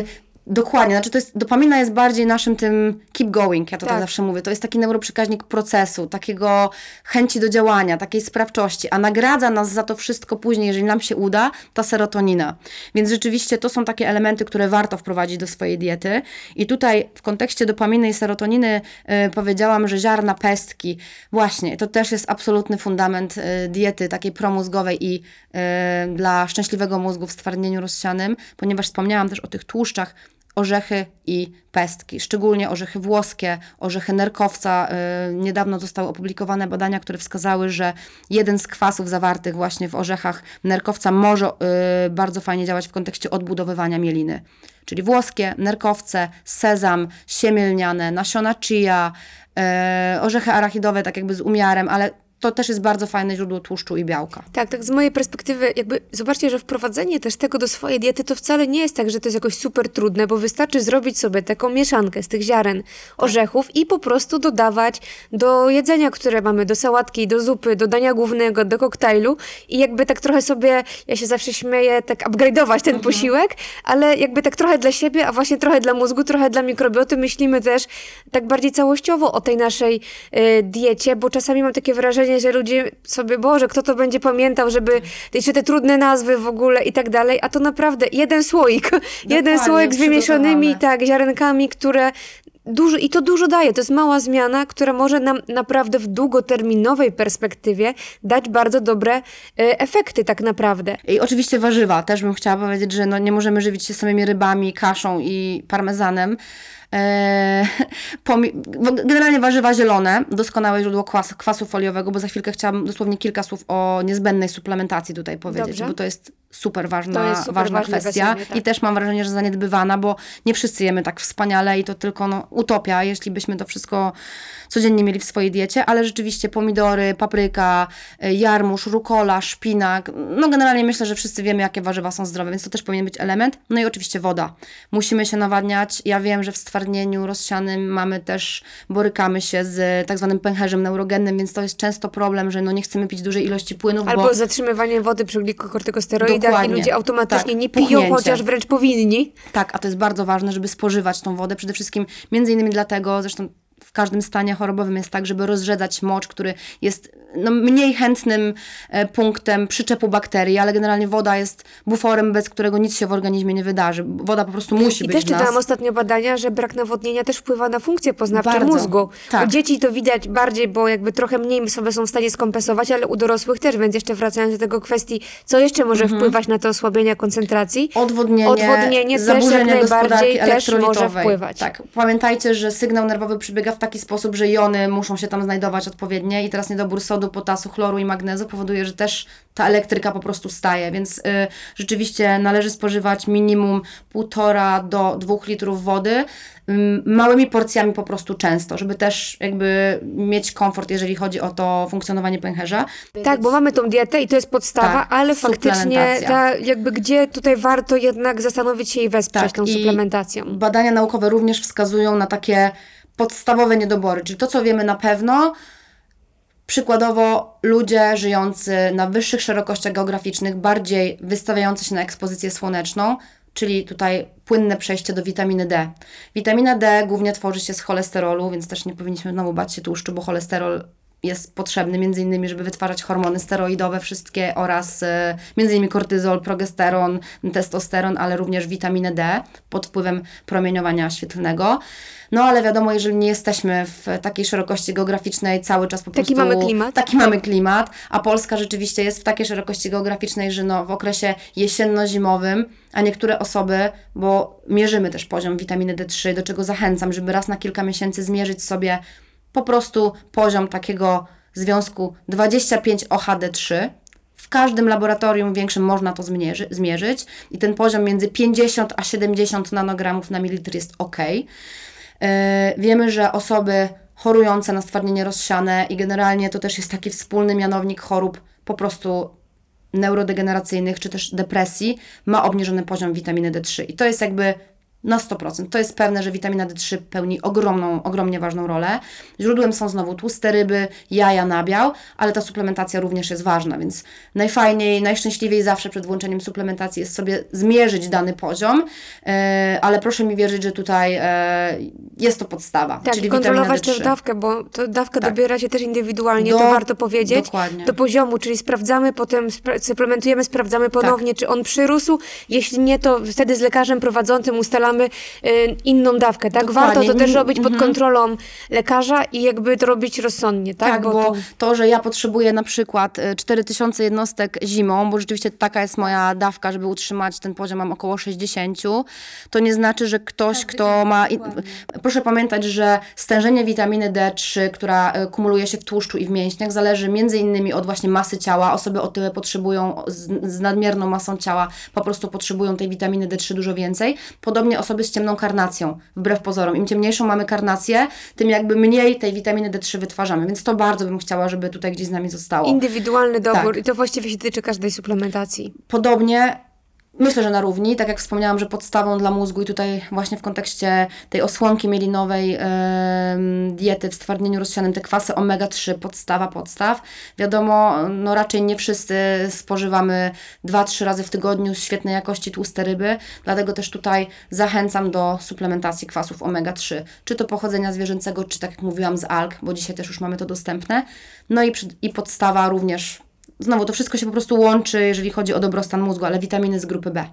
Dokładnie, znaczy dopamina jest bardziej naszym tym keep going, ja to tak Tak. zawsze mówię, to jest taki neuroprzekaźnik procesu, takiego chęci do działania, takiej sprawczości, a nagradza nas za to wszystko później, jeżeli nam się uda, ta serotonina. Więc rzeczywiście to są takie elementy, które warto wprowadzić do swojej diety i tutaj w kontekście dopaminy i serotoniny powiedziałam, że ziarna, pestki, właśnie, to też jest absolutny fundament diety takiej promózgowej i dla szczęśliwego mózgu w stwardnieniu rozsianym, ponieważ wspomniałam też o tych tłuszczach, orzechy i pestki, szczególnie orzechy włoskie, orzechy nerkowca. Niedawno zostały opublikowane badania, które wskazały, że jeden z kwasów zawartych właśnie w orzechach nerkowca może bardzo fajnie działać w kontekście odbudowywania mieliny. Czyli włoskie, nerkowce, sezam, siemię lniane, nasiona chia, orzechy arachidowe tak jakby z umiarem, ale to też jest bardzo fajne źródło tłuszczu i białka. Tak, tak z mojej perspektywy jakby zobaczcie, że wprowadzenie też tego do swojej diety to wcale nie jest tak, że to jest jakoś super trudne, bo wystarczy zrobić sobie taką mieszankę z tych ziaren, orzechów i po prostu dodawać do jedzenia, które mamy, do sałatki, do zupy, do dania głównego, do koktajlu i jakby tak trochę sobie, ja się zawsze śmieję, tak upgrade'ować ten posiłek, ale jakby tak trochę dla siebie, a właśnie trochę dla mózgu, trochę dla mikrobioty. Myślimy też tak bardziej całościowo o tej naszej diecie, bo czasami mam takie wrażenie, że ludzie sobie, Boże, kto to będzie pamiętał, żeby jeszcze te trudne nazwy w ogóle i tak dalej, a to naprawdę jeden słoik z wymieszanymi ziarenkami, które dużo daje. To jest mała zmiana, która może nam naprawdę w długoterminowej perspektywie dać bardzo dobre efekty tak naprawdę. I oczywiście warzywa. Też bym chciała powiedzieć, że nie możemy żywić się samymi rybami, kaszą i parmezanem. Generalnie warzywa zielone, doskonałe źródło kwasu foliowego, bo za chwilkę chciałam dosłownie kilka słów o niezbędnej suplementacji tutaj powiedzieć, Dobrze. bo to jest super ważna ważne kwestia tak. i też mam wrażenie, że zaniedbywana, bo nie wszyscy jemy tak wspaniale i to tylko utopia, jeśli byśmy to wszystko codziennie mieli w swojej diecie, ale rzeczywiście pomidory, papryka, jarmuż, rukola, szpinak, generalnie myślę, że wszyscy wiemy, jakie warzywa są zdrowe, więc to też powinien być element. No i oczywiście woda. Musimy się nawadniać. Ja wiem, że w stwardnieniu rozsianym borykamy się z tak zwanym pęcherzem neurogennym, więc to jest często problem, że nie chcemy pić dużej ilości płynów, Albo zatrzymywanie wody przy glikokortykosteroidach i ludzie automatycznie nie piją, puchnięcie. chociaż wręcz powinni. Tak, a to jest bardzo ważne, żeby spożywać tą wodę. Przede wszystkim między innymi dlatego, zresztą w każdym stanie chorobowym jest tak, żeby rozrzedzać mocz, który jest mniej chętnym punktem przyczepu bakterii, ale generalnie woda jest buforem, bez którego nic się w organizmie nie wydarzy. Woda po prostu musi być I też w nas. czytałam ostatnio badania, że brak nawodnienia też wpływa na funkcje poznawcze Bardzo, mózgu. tak. U dzieci to widać bardziej, bo jakby trochę mniej sobie są w stanie skompensować, ale u dorosłych też, więc jeszcze wracając do tego kwestii, co jeszcze może wpływać na to osłabienie koncentracji? Odwodnienie też jak zaburzenia gospodarki też może elektrolitowej. wpływać. Tak, pamiętajcie, że sygnał nerwowy przebiega w taki sposób, że jony muszą się tam znajdować odpowiednie i teraz niedobór sodu, potasu, chloru i magnezu powoduje, że też ta elektryka po prostu staje, więc rzeczywiście należy spożywać minimum 1,5 do 2 litrów wody, małymi porcjami po prostu często, żeby też jakby mieć komfort, jeżeli chodzi o to funkcjonowanie pęcherza. Tak, bo mamy tą dietę i to jest podstawa, Tak, ale faktycznie gdzie tutaj warto jednak zastanowić się i wesprzeć tą suplementacją. Badania naukowe również wskazują na takie podstawowe niedobory, czyli to, co wiemy na pewno. Przykładowo ludzie żyjący na wyższych szerokościach geograficznych, bardziej wystawiający się na ekspozycję słoneczną, czyli tutaj płynne przejście do witaminy D. Witamina D głównie tworzy się z cholesterolu, więc też nie powinniśmy znowu bać się tłuszczu, bo cholesterol jest potrzebny między innymi, żeby wytwarzać hormony steroidowe wszystkie oraz między innymi kortyzol, progesteron, testosteron, ale również witaminę D pod wpływem promieniowania świetlnego. Ale wiadomo, jeżeli nie jesteśmy w takiej szerokości geograficznej cały czas po prostu... Taki mamy klimat, a Polska rzeczywiście jest w takiej szerokości geograficznej, że w okresie jesienno-zimowym, a niektóre osoby, bo mierzymy też poziom witaminy D3, do czego zachęcam, żeby raz na kilka miesięcy zmierzyć sobie po prostu poziom takiego związku 25-OHD3. W każdym laboratorium większym można to zmierzyć i ten poziom między 50 a 70 nanogramów na mililitr jest ok. Wiemy, że osoby chorujące na stwardnienie rozsiane i generalnie to też jest taki wspólny mianownik chorób po prostu neurodegeneracyjnych czy też depresji, ma obniżony poziom witaminy D3 i to jest jakby Na 100%. To jest pewne, że witamina D3 pełni ogromnie ważną rolę. Źródłem są znowu tłuste ryby, jaja, nabiał, ale ta suplementacja również jest ważna, więc najfajniej, najszczęśliwiej zawsze przed włączeniem suplementacji jest sobie zmierzyć dany poziom, ale proszę mi wierzyć, że tutaj jest to podstawa, tak, czyli kontrolować witamina D3. też dawkę, bo to dawkę Tak. dobiera się też indywidualnie, to warto powiedzieć. Dokładnie. Do poziomu, czyli sprawdzamy, potem suplementujemy, sprawdzamy ponownie, czy on przyrósł. Jeśli nie, to wtedy z lekarzem prowadzącym ustalamy inną dawkę, tak? Dokładnie. Warto to też robić pod kontrolą lekarza i jakby to robić rozsądnie, tak? Tak, bo to, że ja potrzebuję na przykład 4000 jednostek zimą, bo rzeczywiście taka jest moja dawka, żeby utrzymać ten poziom, mam około 60, to nie znaczy, że ktoś, kto ma... Proszę pamiętać, że stężenie witaminy D3, która kumuluje się w tłuszczu i w mięśniach, zależy między innymi od właśnie masy ciała. Osoby otyłe potrzebują z nadmierną masą ciała, po prostu potrzebują tej witaminy D3 dużo więcej. Podobnie osoby z ciemną karnacją, wbrew pozorom. Im ciemniejszą mamy karnację, tym jakby mniej tej witaminy D3 wytwarzamy, więc to bardzo bym chciała, żeby tutaj gdzieś z nami zostało. Indywidualny dobór Tak. i to właściwie się tyczy każdej suplementacji. Podobnie, myślę, że na równi, tak jak wspomniałam, że podstawą dla mózgu i tutaj właśnie w kontekście tej osłonki mielinowej diety w stwardnieniu rozsianym te kwasy omega-3, podstaw. Wiadomo, no raczej nie wszyscy spożywamy 2-3 razy w tygodniu świetnej jakości tłuste ryby, dlatego też tutaj zachęcam do suplementacji kwasów omega-3, czy to pochodzenia zwierzęcego, czy tak jak mówiłam z alg, bo dzisiaj też już mamy to dostępne. No i podstawa również. Znowu, to wszystko się po prostu łączy, jeżeli chodzi o dobrostan mózgu, ale witaminy z grupy B.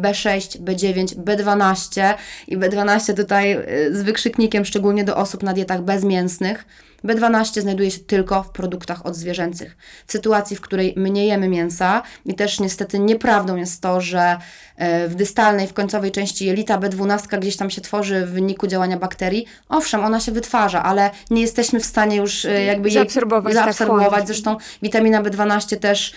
B6, B9, B12 i B12 tutaj z wykrzyknikiem, szczególnie do osób na dietach bezmięsnych. B12 znajduje się tylko w produktach odzwierzęcych. W sytuacji, w której my nie jemy mięsa i też niestety nieprawdą jest to, że w dystalnej, w końcowej części jelita B12 gdzieś tam się tworzy w wyniku działania bakterii. Owszem, ona się wytwarza, ale nie jesteśmy w stanie już jakby jej Zaabsorbować. Tak, zresztą witamina B12 też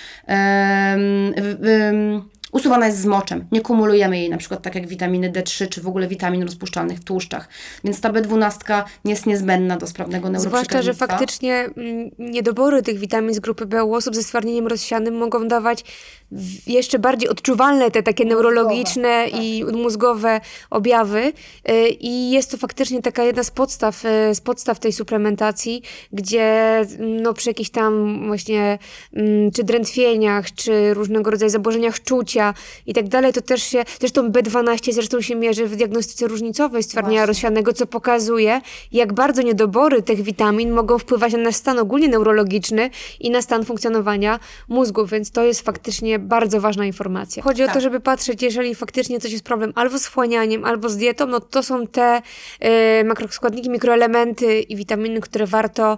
usuwana jest z moczem. Nie kumulujemy jej na przykład tak jak witaminy D3, czy w ogóle witamin rozpuszczalnych w tłuszczach. Więc ta B12 jest niezbędna do sprawnego neuroprzekaźnictwa. Zwłaszcza, że faktycznie niedobory tych witamin z grupy B u osób ze stwardnieniem rozsianym mogą dawać jeszcze bardziej odczuwalne te takie neurologiczne i mózgowe objawy. I jest to faktycznie taka jedna z podstaw tej suplementacji, gdzie no, przy jakichś tam właśnie czy drętwieniach, czy różnego rodzaju zaburzeniach czucia i tak dalej, to też się, zresztą B12 się mierzy w diagnostyce różnicowej stwardnienia rozsianego, co pokazuje, jak bardzo niedobory tych witamin mogą wpływać na nasz stan ogólnie neurologiczny i na stan funkcjonowania mózgu, więc to jest faktycznie bardzo ważna informacja. Chodzi o to, żeby patrzeć, jeżeli faktycznie coś jest problem albo z wchłanianiem, albo z dietą, no to są te makroskładniki, mikroelementy i witaminy, które warto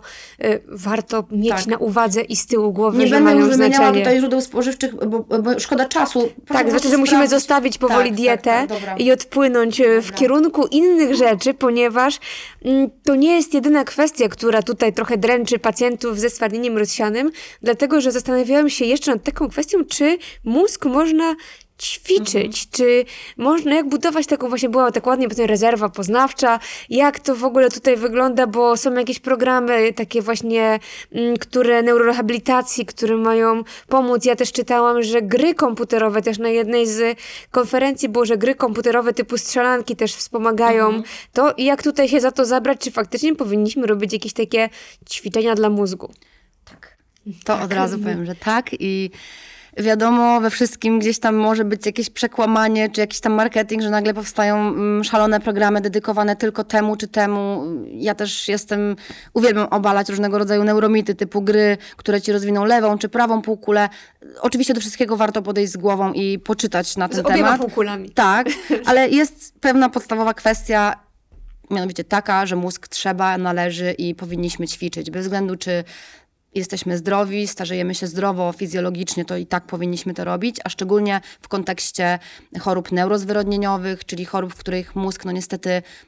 mieć na uwadze i z tyłu głowy, nie że będę mają już wymieniała znaczenie. tutaj źródeł spożywczych, bo szkoda czasu. Tak, znaczy, że musimy zostawić powoli dietę i odpłynąć w kierunku innych rzeczy, ponieważ to nie jest jedyna kwestia, która tutaj trochę dręczy pacjentów ze stwardnieniem rozsianym, dlatego, że zastanawiałam się jeszcze nad taką kwestią, czy mózg można ćwiczyć, czy można, jak budować taką, właśnie była tak ładnie potem rezerwa poznawcza, jak to w ogóle tutaj wygląda, bo są jakieś programy takie właśnie, które neurorehabilitacji, które mają pomóc. Ja też czytałam, że gry komputerowe, też na jednej z konferencji było, że gry komputerowe typu strzelanki też wspomagają to. I jak tutaj się za to zabrać, czy faktycznie powinniśmy robić jakieś takie ćwiczenia dla mózgu? Tak. To od razu powiem, że tak i wiadomo, we wszystkim gdzieś tam może być jakieś przekłamanie, czy jakiś tam marketing, że nagle powstają szalone programy dedykowane tylko temu czy temu. Ja też uwielbiam obalać różnego rodzaju neuromity, typu gry, które ci rozwiną lewą czy prawą półkulę. Oczywiście do wszystkiego warto podejść z głową i poczytać na ten temat. Z obiema półkulami. Tak, ale jest pewna podstawowa kwestia, mianowicie taka, że mózg należy i powinniśmy ćwiczyć, bez względu czy jesteśmy zdrowi, starzejemy się zdrowo, fizjologicznie, to i tak powinniśmy to robić, a szczególnie w kontekście chorób neurozwyrodnieniowych, czyli chorób, w których mózg no niestety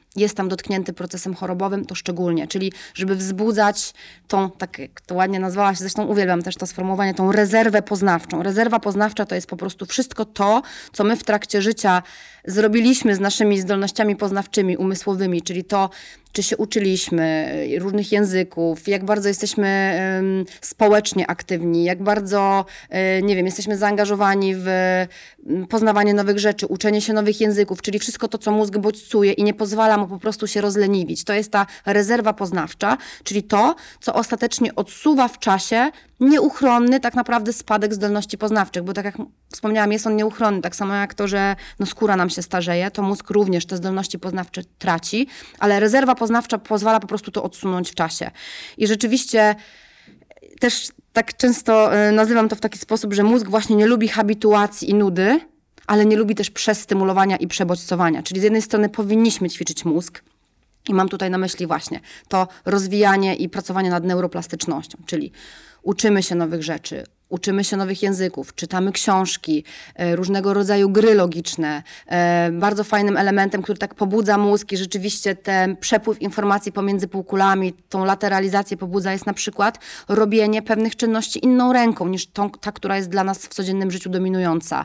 jest tam dotknięty procesem chorobowym, to szczególnie. Czyli żeby wzbudzać tą, tak jak to ładnie nazwałaś, zresztą uwielbiam też to sformułowanie, tą rezerwę poznawczą. Rezerwa poznawcza to jest po prostu wszystko to, co my w trakcie życia zrobiliśmy z naszymi zdolnościami poznawczymi, umysłowymi, czyli to, czy się uczyliśmy różnych języków, jak bardzo jesteśmy społecznie aktywni, jak bardzo, nie wiem, jesteśmy zaangażowani w poznawanie nowych rzeczy, uczenie się nowych języków, czyli wszystko to, co mózg bodźcuje i nie pozwala mu po prostu się rozleniwić. To jest ta rezerwa poznawcza, czyli to, co ostatecznie odsuwa w czasie nieuchronny tak naprawdę spadek zdolności poznawczych, bo tak jak wspomniałam, jest on nieuchronny, tak samo jak to, że skóra nam się starzeje, to mózg również te zdolności poznawcze traci, ale rezerwa poznawcza pozwala po prostu to odsunąć w czasie. I rzeczywiście też tak często nazywam to w taki sposób, że mózg właśnie nie lubi habituacji i nudy, ale nie lubi też przestymulowania i przebodźcowania. Czyli z jednej strony powinniśmy ćwiczyć mózg, i mam tutaj na myśli właśnie to rozwijanie i pracowanie nad neuroplastycznością, czyli uczymy się nowych rzeczy, uczymy się nowych języków, czytamy książki, różnego rodzaju gry logiczne. Bardzo fajnym elementem, który tak pobudza mózg i rzeczywiście ten przepływ informacji pomiędzy półkulami, tą lateralizację pobudza, jest na przykład robienie pewnych czynności inną ręką niż ta, która jest dla nas w codziennym życiu dominująca.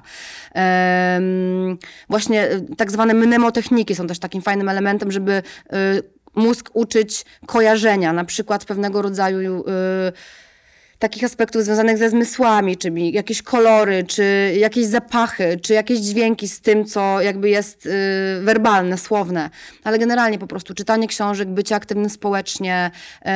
Właśnie tak zwane mnemotechniki są też takim fajnym elementem, żeby mózg uczyć kojarzenia, na przykład pewnego rodzaju takich aspektów związanych ze zmysłami, czyli jakieś kolory, czy jakieś zapachy, czy jakieś dźwięki z tym, co jakby jest werbalne, słowne. Ale generalnie po prostu czytanie książek, bycie aktywnym społecznie,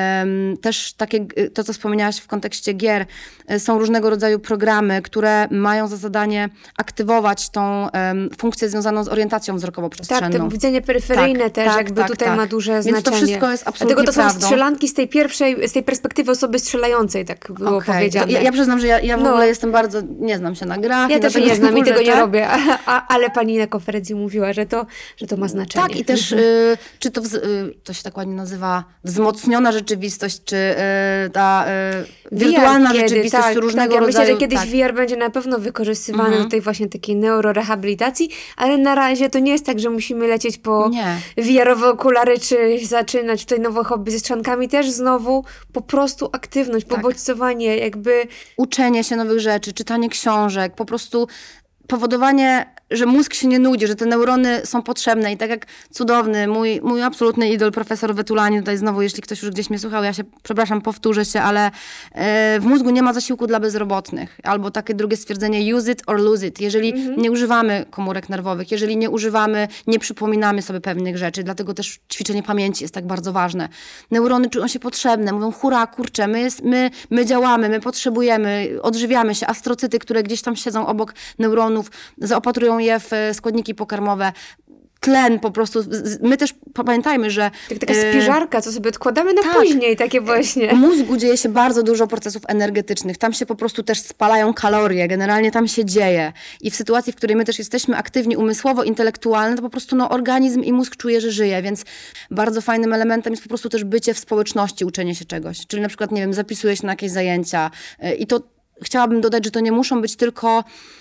też takie, to co wspomniałaś w kontekście gier, są różnego rodzaju programy, które mają za zadanie aktywować tą funkcję związaną z orientacją wzrokowo-przestrzenną. Tak, to widzenie peryferyjne też jakby tutaj ma duże znaczenie. Więc to wszystko jest absolutnie Dlatego to prawdą. są strzelanki z tej perspektywy osoby strzelającej, tak było powiedziane. Ja przyznam, że ja w ogóle jestem bardzo, nie znam się na grach. Ja też nie znam i tego nie robię, ale pani na konferencji mówiła, że to ma znaczenie. Tak, i też czy to się tak ładnie nazywa wzmocniona rzeczywistość, czy ta wirtualna rzeczywistość różnego rodzaju. Myślę, że kiedyś VR będzie na pewno wykorzystywany do tej właśnie takiej neurorehabilitacji, ale na razie to nie jest tak, że musimy lecieć po VR-owe okulary, czy zaczynać tutaj nowe hobby ze strzankami. Też znowu po prostu aktywność, pobodźcowanie, jakby uczenie się nowych rzeczy, czytanie książek, po prostu powodowanie, że mózg się nie nudzi, że te neurony są potrzebne i tak jak cudowny, mój absolutny idol, profesor Vetulani, tutaj znowu, jeśli ktoś już gdzieś mnie słuchał, ja się, przepraszam, powtórzę się, ale w mózgu nie ma zasiłku dla bezrobotnych. Albo takie drugie stwierdzenie, use it or lose it. Jeżeli nie używamy komórek nerwowych, jeżeli nie przypominamy sobie pewnych rzeczy, dlatego też ćwiczenie pamięci jest tak bardzo ważne. Neurony czują się potrzebne, mówią, hurra, kurczę, my działamy, my potrzebujemy, odżywiamy się. Astrocyty, które gdzieś tam siedzą obok neuronów, zaopatrują je w składniki pokarmowe. Tlen po prostu. My też pamiętajmy, że... Taka spiżarka, co sobie odkładamy na później, takie właśnie. W mózgu dzieje się bardzo dużo procesów energetycznych. Tam się po prostu też spalają kalorie. Generalnie tam się dzieje. I w sytuacji, w której my też jesteśmy aktywni umysłowo, intelektualnie, to po prostu organizm i mózg czuje, że żyje. Więc bardzo fajnym elementem jest po prostu też bycie w społeczności, uczenie się czegoś. Czyli na przykład, nie wiem, zapisuję się na jakieś zajęcia. I to chciałabym dodać, że to nie muszą być tylko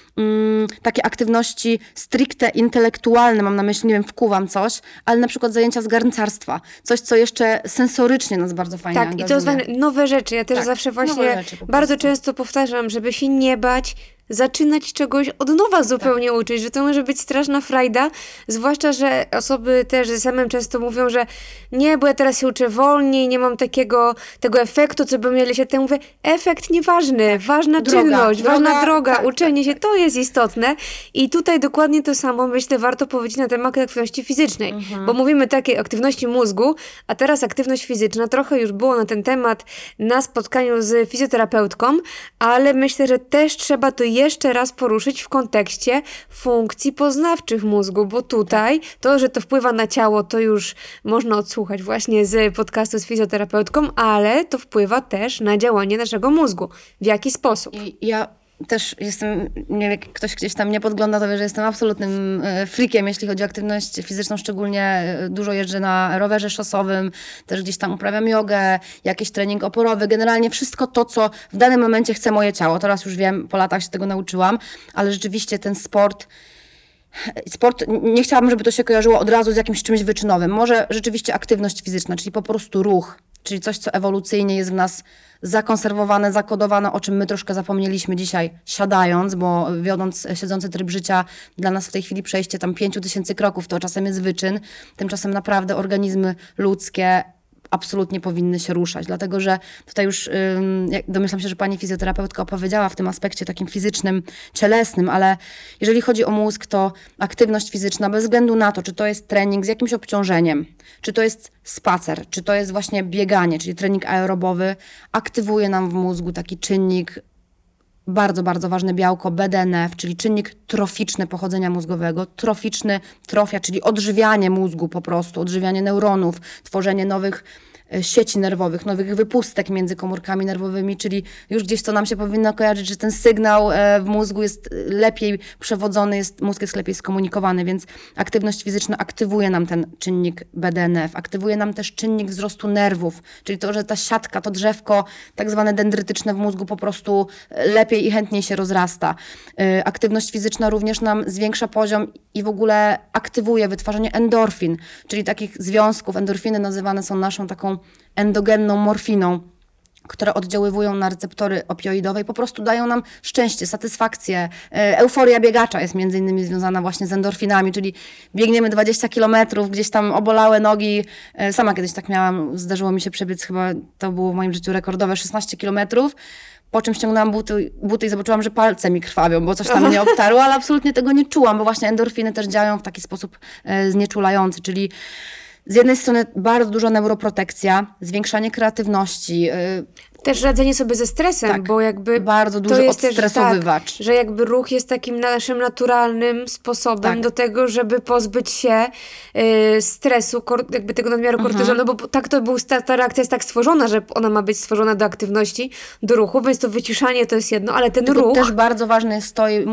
takie aktywności stricte intelektualne, mam na myśli, nie wiem, wkuwam coś, ale na przykład zajęcia z garncarstwa. Coś, co jeszcze sensorycznie nas bardzo fajnie angażuje. I to jest nowe rzeczy. Ja też zawsze właśnie bardzo często powtarzam, żeby się nie bać, zaczynać czegoś od nowa zupełnie uczyć, że to może być straszna frajda, zwłaszcza, że osoby też ze samym często mówią, że nie, bo ja teraz się uczę wolniej, nie mam tego efektu, co by mieli się. Mówię, efekt nieważny, ważna czynność, ważna droga, uczenie się, to jest istotne i tutaj dokładnie to samo, myślę, warto powiedzieć na temat aktywności fizycznej, bo mówimy takiej aktywności mózgu, a teraz aktywność fizyczna, trochę już było na ten temat na spotkaniu z fizjoterapeutką, ale myślę, że też trzeba to jeszcze raz poruszyć w kontekście funkcji poznawczych mózgu, bo tutaj to, że to wpływa na ciało, to już można odsłuchać właśnie z podcastu z fizjoterapeutką, ale to wpływa też na działanie naszego mózgu. W jaki sposób? Ja też jestem, nie wiem, jak ktoś gdzieś tam mnie podgląda, to wie, że jestem absolutnym freakiem, jeśli chodzi o aktywność fizyczną, szczególnie dużo jeżdżę na rowerze szosowym, też gdzieś tam uprawiam jogę, jakiś trening oporowy, generalnie wszystko to, co w danym momencie chce moje ciało. Teraz już wiem, po latach się tego nauczyłam, ale rzeczywiście ten sport sport, nie chciałabym, żeby to się kojarzyło od razu z jakimś czymś wyczynowym. Może rzeczywiście aktywność fizyczna, czyli po prostu ruch, czyli coś, co ewolucyjnie jest w nas zakonserwowane, zakodowane, o czym my troszkę zapomnieliśmy dzisiaj siadając, bo wiodąc siedzący tryb życia, dla nas w tej chwili przejście tam 5000 kroków to czasem jest wyczyn, tymczasem naprawdę organizmy ludzkie absolutnie powinny się ruszać, dlatego że tutaj już domyślam się, że pani fizjoterapeutka opowiedziała w tym aspekcie takim fizycznym, cielesnym, ale jeżeli chodzi o mózg, to aktywność fizyczna bez względu na to, czy to jest trening z jakimś obciążeniem, czy to jest spacer, czy to jest właśnie bieganie, czyli trening aerobowy, aktywuje nam w mózgu taki czynnik bardzo, bardzo ważne białko BDNF, czyli czynnik troficzny pochodzenia mózgowego. Trofia, czyli odżywianie mózgu po prostu, odżywianie neuronów, tworzenie nowych sieci nerwowych, nowych wypustek między komórkami nerwowymi, czyli już gdzieś to nam się powinno kojarzyć, że ten sygnał w mózgu jest lepiej przewodzony, mózg jest lepiej skomunikowany, więc aktywność fizyczna aktywuje nam ten czynnik BDNF, aktywuje nam też czynnik wzrostu nerwów, czyli to, że ta siatka, to drzewko tak zwane dendrytyczne w mózgu po prostu lepiej i chętniej się rozrasta. Aktywność fizyczna również nam zwiększa poziom i w ogóle aktywuje wytwarzanie endorfin, czyli takich związków. Endorfiny nazywane są naszą taką endogenną morfiną, które oddziaływują na receptory opioidowe i po prostu dają nam szczęście, satysfakcję. Euforia biegacza jest między innymi związana właśnie z endorfinami, czyli biegniemy 20 kilometrów, gdzieś tam obolałe nogi. Sama kiedyś tak miałam, zdarzyło mi się przebiec, chyba to było w moim życiu rekordowe 16 kilometrów. Po czym ściągnęłam buty i zobaczyłam, że palce mi krwawią, bo coś tam mnie obtarło, ale absolutnie tego nie czułam, bo właśnie endorfiny też działają w taki sposób znieczulający, czyli z jednej strony bardzo duża neuroprotekcja, zwiększanie kreatywności. Też radzenie sobie ze stresem, Tak, bo jakby bardzo duży to jest odstresowywacz. Też, tak, że jakby ruch jest takim naszym naturalnym sposobem do tego, żeby pozbyć się stresu, jakby tego nadmiaru kortyzolu, bo tak to był, ta reakcja jest tak stworzona, że ona ma być stworzona do aktywności, do ruchu, więc to wyciszanie to jest jedno, ale ten Tylko ruch... też bardzo ważne jest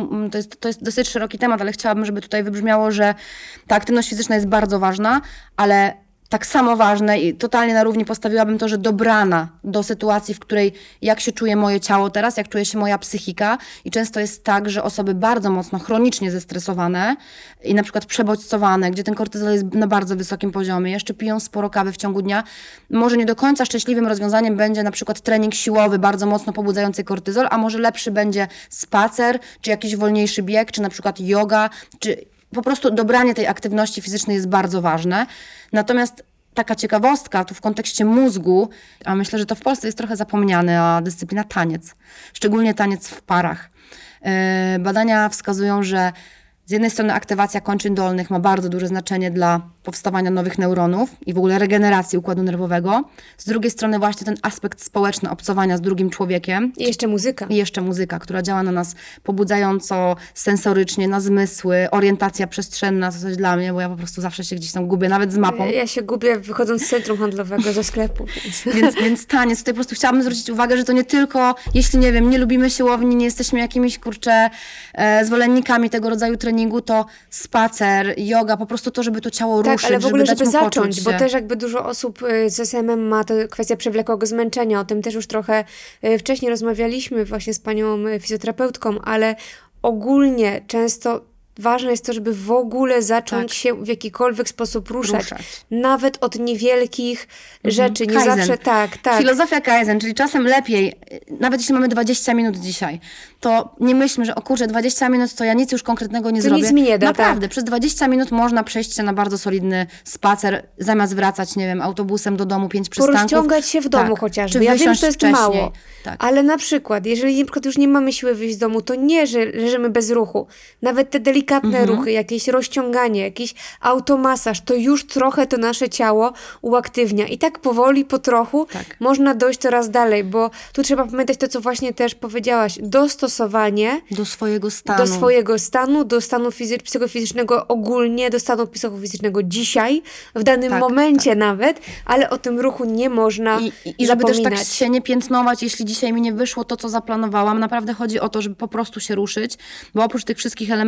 to jest dosyć szeroki temat, ale chciałabym, żeby tutaj wybrzmiało, że ta aktywność fizyczna jest bardzo ważna, ale tak samo ważne i totalnie na równi postawiłabym to, że dobrana do sytuacji, w której jak się czuje moje ciało teraz, jak czuje się moja psychika i często jest tak, że osoby bardzo mocno chronicznie zestresowane i na przykład przebodźcowane, gdzie ten kortyzol jest na bardzo wysokim poziomie, jeszcze piją sporo kawy w ciągu dnia, może nie do końca szczęśliwym rozwiązaniem będzie na przykład trening siłowy, bardzo mocno pobudzający kortyzol, a może lepszy będzie spacer, czy jakiś wolniejszy bieg, czy na przykład yoga, czy po prostu dobranie tej aktywności fizycznej jest bardzo ważne. Natomiast taka ciekawostka tu w kontekście mózgu, a myślę, że to w Polsce jest trochę zapomniane, dyscyplina taniec. Szczególnie taniec w parach. Badania wskazują, że z jednej strony aktywacja kończyn dolnych ma bardzo duże znaczenie dla powstawania nowych neuronów i w ogóle regeneracji układu nerwowego. Z drugiej strony właśnie ten aspekt społeczny obcowania z drugim człowiekiem. I jeszcze muzyka. I jeszcze muzyka, która działa na nas pobudzająco, sensorycznie, na zmysły, orientacja przestrzenna, to coś dla mnie, bo ja po prostu zawsze się gdzieś tam gubię, nawet z mapą. Ja się gubię wychodząc z centrum handlowego, ze sklepu. Więc taniec, tutaj po prostu chciałabym zwrócić uwagę, że to nie tylko, jeśli nie wiem, nie lubimy siłowni, nie jesteśmy jakimiś, zwolennikami tego rodzaju treningu, to spacer, yoga, po prostu to, żeby to ciało ruszyć, ale w ogóle, żeby zacząć, się. bo też jakby dużo osób z SMM ma to kwestia przewlekłego zmęczenia, o tym też już trochę wcześniej rozmawialiśmy właśnie z panią fizjoterapeutką, ale ogólnie często ważne jest to, żeby w ogóle zacząć się w jakikolwiek sposób ruszać. Nawet od niewielkich rzeczy. Nie Kaizen. zawsze tak. Filozofia Kaizen, czyli czasem lepiej, nawet jeśli mamy 20 minut dzisiaj, to nie myślmy, że 20 minut to ja nic już konkretnego nie zrobię. Nic mi nie da. Naprawdę, przez 20 minut można przejść się na bardzo solidny spacer, zamiast wracać, nie wiem, autobusem do domu, 5 przystanków. Porozciągać się w domu chociażby. Czy ja wiem, że to jest wcześniej. mało. Tak. Ale na przykład, jeżeli na przykład już nie mamy siły wyjść z domu, to nie, że leżymy bez ruchu. Nawet te delikatne ruchy, jakieś rozciąganie, jakiś automasaż, to już trochę to nasze ciało uaktywnia. I tak powoli, po trochu można dojść coraz dalej, bo tu trzeba pamiętać to, co właśnie też powiedziałaś. Dostosowanie do swojego stanu. Do stanu psychofizycznego ogólnie, do stanu psychofizycznego dzisiaj, w danym momencie nawet, ale o tym ruchu nie można I żeby też zapominać. tak się nie piętnować, jeśli dzisiaj mi nie wyszło to, co zaplanowałam. Naprawdę chodzi o to, żeby po prostu się ruszyć, bo oprócz tych wszystkich elementów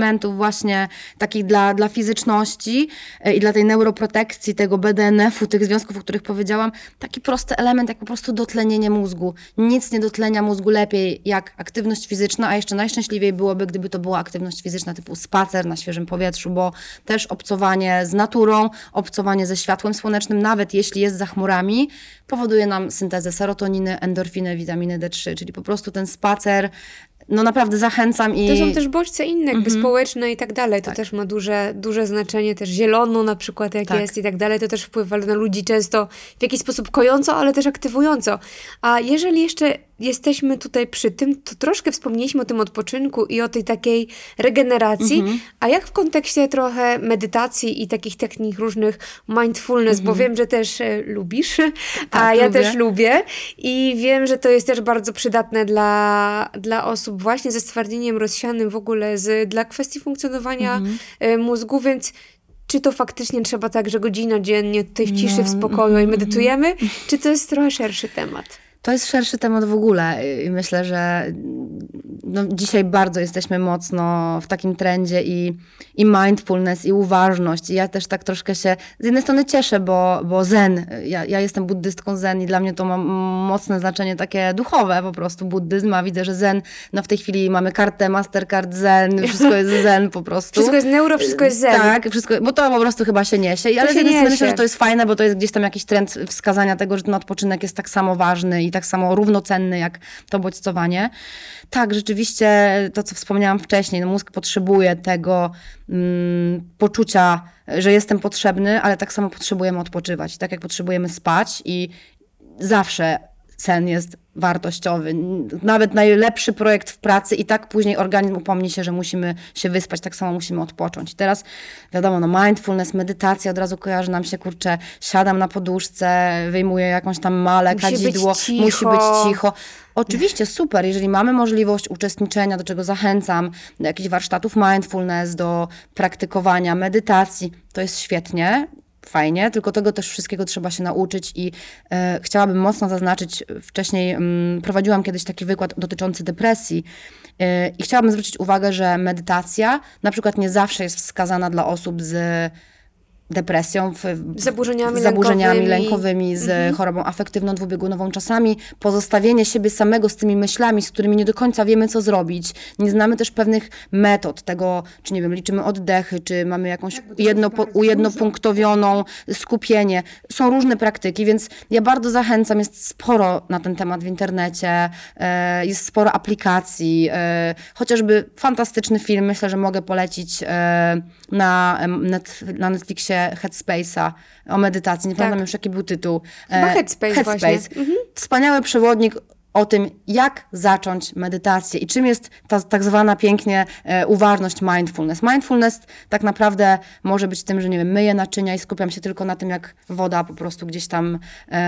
właśnie takich dla fizyczności i dla tej neuroprotekcji, tego BDNF-u, tych związków, o których powiedziałam, taki prosty element jak po prostu dotlenienie mózgu. Nic nie dotlenia mózgu lepiej jak aktywność fizyczna, a jeszcze najszczęśliwiej byłoby, gdyby to była aktywność fizyczna typu spacer na świeżym powietrzu, bo też obcowanie z naturą, obcowanie ze światłem słonecznym, nawet jeśli jest za chmurami, powoduje nam syntezę serotoniny, endorfiny, witaminy D3, czyli po prostu ten spacer, no naprawdę zachęcam i... To są też bodźce inne, jakby społeczne i tak dalej. To też ma duże znaczenie, też zielono na przykład jak jest i tak dalej. To też wpływa na ludzi często w jakiś sposób kojąco, ale też aktywująco. A jeżeli jeszcze jesteśmy tutaj przy tym, to troszkę wspomnieliśmy o tym odpoczynku i o tej takiej regeneracji, a jak w kontekście trochę medytacji i takich technik różnych mindfulness, bo wiem, że też lubisz, a ja lubię. też lubię i wiem, że to jest też bardzo przydatne dla osób właśnie ze stwardnieniem rozsianym w ogóle dla kwestii funkcjonowania mózgu, więc czy to faktycznie trzeba tak, że godzina dziennie tutaj w ciszy, w spokoju i medytujemy, czy to jest trochę szerszy temat? To jest szerszy temat w ogóle i myślę, że dzisiaj bardzo jesteśmy mocno w takim trendzie i mindfulness, i uważność. I ja też tak troszkę się z jednej strony cieszę, bo zen, ja jestem buddystką zen i dla mnie to ma mocne znaczenie takie duchowe po prostu, buddyzm, a widzę, że zen, w tej chwili mamy kartę Mastercard Zen, wszystko jest zen po prostu. Wszystko jest neuro, wszystko jest zen. Tak, wszystko, bo to po prostu chyba się niesie. Ale z jednej strony myślę, że to jest fajne, bo to jest gdzieś tam jakiś trend wskazania tego, że ten odpoczynek jest tak samo ważny i tak samo równocenny jak to bodźcowanie. Tak, rzeczywiście to, co wspomniałam wcześniej, mózg potrzebuje tego poczucia, że jestem potrzebny, ale tak samo potrzebujemy odpoczywać. Tak jak potrzebujemy spać i zawsze sen jest wartościowy. Nawet najlepszy projekt w pracy i tak później organizm upomni się, że musimy się wyspać, tak samo musimy odpocząć. Teraz wiadomo, mindfulness, medytacja, od razu kojarzy nam się, siadam na poduszce, wyjmuję jakąś tam malę, kadzidło, musi być cicho. Oczywiście super, jeżeli mamy możliwość uczestniczenia, do czego zachęcam, do jakichś warsztatów mindfulness, do praktykowania medytacji, to jest świetnie. Fajnie, tylko tego też wszystkiego trzeba się nauczyć i chciałabym mocno zaznaczyć, wcześniej prowadziłam kiedyś taki wykład dotyczący depresji i chciałabym zwrócić uwagę, że medytacja na przykład nie zawsze jest wskazana dla osób z depresją, zaburzeniami lękowymi, z chorobą afektywną, dwubiegunową. Czasami pozostawienie siebie samego z tymi myślami, z którymi nie do końca wiemy, co zrobić. Nie znamy też pewnych metod tego, czy nie wiem, liczymy oddechy, czy mamy jakąś ujednopunktowioną skupienie. Są różne praktyki, więc ja bardzo zachęcam, jest sporo na ten temat w internecie, jest sporo aplikacji, chociażby fantastyczny film, myślę, że mogę polecić na Netflixie Headspace'a o medytacji. Nie pamiętam już, jaki był tytuł. Chyba Headspace. Właśnie. Wspaniały przewodnik o tym, jak zacząć medytację i czym jest ta tak zwana pięknie uważność, mindfulness. Mindfulness tak naprawdę może być tym, że nie wiem, myję naczynia i skupiam się tylko na tym, jak woda po prostu gdzieś tam,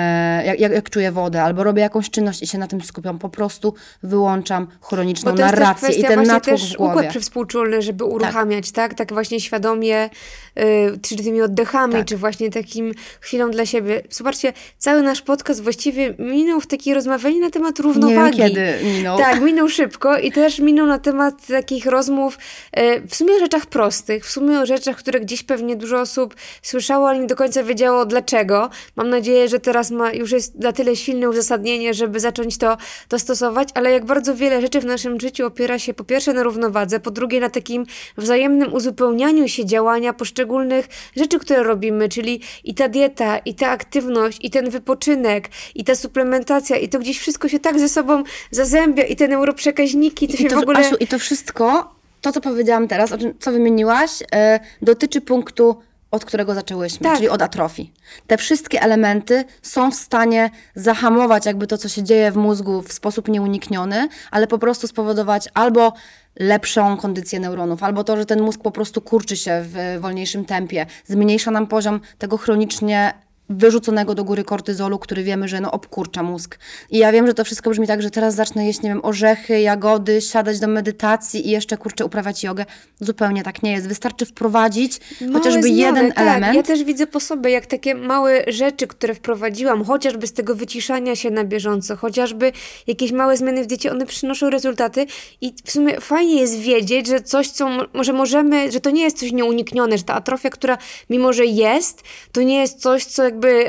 jak czuję wodę, albo robię jakąś czynność i się na tym skupiam. Po prostu wyłączam chroniczną narrację i ten natłok w głowie. Układ przywspółczulny, żeby uruchamiać, tak właśnie świadomie, czy tymi oddechami, czy właśnie takim chwilą dla siebie. Zobaczcie, cały nasz podcast właściwie minął w takiej rozmawianiu na temat równowagi. Nie wiem, kiedy minął. Tak, minął szybko i też minął na temat takich rozmów w sumie o rzeczach prostych, w sumie o rzeczach, które gdzieś pewnie dużo osób słyszało, ale nie do końca wiedziało dlaczego. Mam nadzieję, że teraz już jest na tyle silne uzasadnienie, żeby zacząć to stosować, ale jak bardzo wiele rzeczy w naszym życiu opiera się po pierwsze na równowadze, po drugie na takim wzajemnym uzupełnianiu się działania poszczególnych rzeczy, które robimy, czyli i ta dieta, i ta aktywność, i ten wypoczynek, i ta suplementacja, i to gdzieś wszystko się tak ze sobą zazębia i te neuroprzekaźniki, to się w ogóle... Asiu, i to wszystko, to co powiedziałam teraz, co wymieniłaś, dotyczy punktu, od którego zaczęłyśmy, czyli od atrofii. Te wszystkie elementy są w stanie zahamować jakby to, co się dzieje w mózgu w sposób nieunikniony, ale po prostu spowodować albo lepszą kondycję neuronów, albo to, że ten mózg po prostu kurczy się w wolniejszym tempie, zmniejsza nam poziom tego chronicznie wyrzuconego do góry kortyzolu, który wiemy, że obkurcza mózg. I ja wiem, że to wszystko brzmi tak, że teraz zacznę jeść, nie wiem, orzechy, jagody, siadać do medytacji i jeszcze, uprawiać jogę. Zupełnie tak nie jest. Wystarczy wprowadzić chociażby zmiany, jeden tak. element. Ja też widzę po sobie, jak takie małe rzeczy, które wprowadziłam, chociażby z tego wyciszania się na bieżąco, chociażby jakieś małe zmiany w diecie, one przynoszą rezultaty i w sumie fajnie jest wiedzieć, że coś, co możemy, że to nie jest coś nieuniknione, że ta atrofia, która mimo, że jest, to nie jest coś, co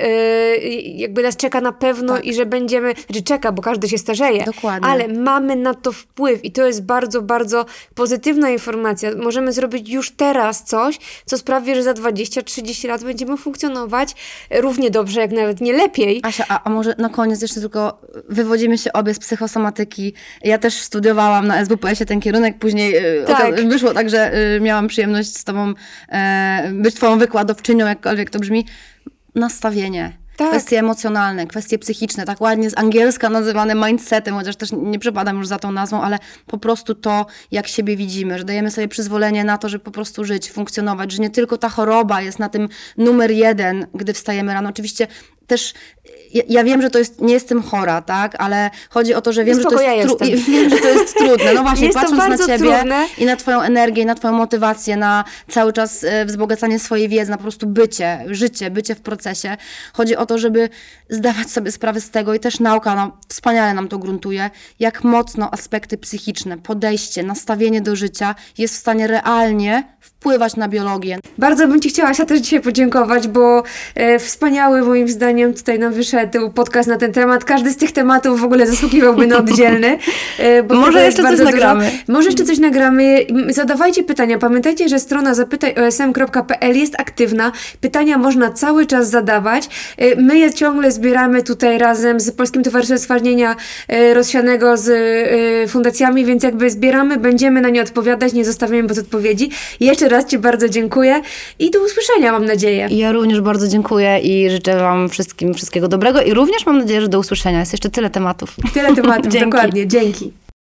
jakby nas czeka na pewno Tak. i że będziemy, czeka, bo każdy się starzeje. Dokładnie. Ale mamy na to wpływ i to jest bardzo, bardzo pozytywna informacja. Możemy zrobić już teraz coś, co sprawi, że za 20-30 lat będziemy funkcjonować równie dobrze, jak nawet nie lepiej. Asia, a może na koniec jeszcze tylko wywodzimy się obie z psychosomatyki. Ja też studiowałam na SWPS-ie ten kierunek, później wyszło tak, że miałam przyjemność z tobą być twoją wykładowczynią, jakkolwiek to brzmi. Nastawienie. Tak. Kwestie emocjonalne, kwestie psychiczne, tak ładnie z angielska nazywane mindsetem, chociaż też nie przepadam już za tą nazwą, ale po prostu to, jak siebie widzimy, że dajemy sobie przyzwolenie na to, żeby po prostu żyć, funkcjonować, że nie tylko ta choroba jest na tym numer 1, gdy wstajemy rano. Oczywiście też ja wiem, że to jest, nie jestem chora, tak, ale chodzi o to, że wiem, że to jest trudne. No właśnie, jest patrząc na ciebie trudne. i na twoją energię, i na twoją motywację, na cały czas wzbogacanie swojej wiedzy, na po prostu bycie w procesie. Chodzi o to, żeby zdawać sobie sprawę z tego i też nauka wspaniale nam to gruntuje, jak mocno aspekty psychiczne, podejście, nastawienie do życia jest w stanie realnie wpływać na biologię. Bardzo bym ci chciała, Asia, też dzisiaj podziękować, bo wspaniały moim zdaniem tutaj nam wyszedł podcast na ten temat. Każdy z tych tematów w ogóle zasługiwałby na oddzielny. Bo może jeszcze coś nagramy. Może jeszcze coś nagramy. Zadawajcie pytania. Pamiętajcie, że strona zapytajosm.pl jest aktywna. Pytania można cały czas zadawać. My je ciągle zbieramy tutaj razem z Polskim Towarzystwem Stwardnienia Rozsianego, z fundacjami, więc jakby zbieramy, będziemy na nie odpowiadać, nie zostawiamy bez odpowiedzi. Jeszcze raz ci bardzo dziękuję i do usłyszenia, mam nadzieję. Ja również bardzo dziękuję i życzę wam wszystkim wszystkiego dobrego i również mam nadzieję, że do usłyszenia. Jest jeszcze tyle tematów. Tyle tematów, dokładnie. Dzięki.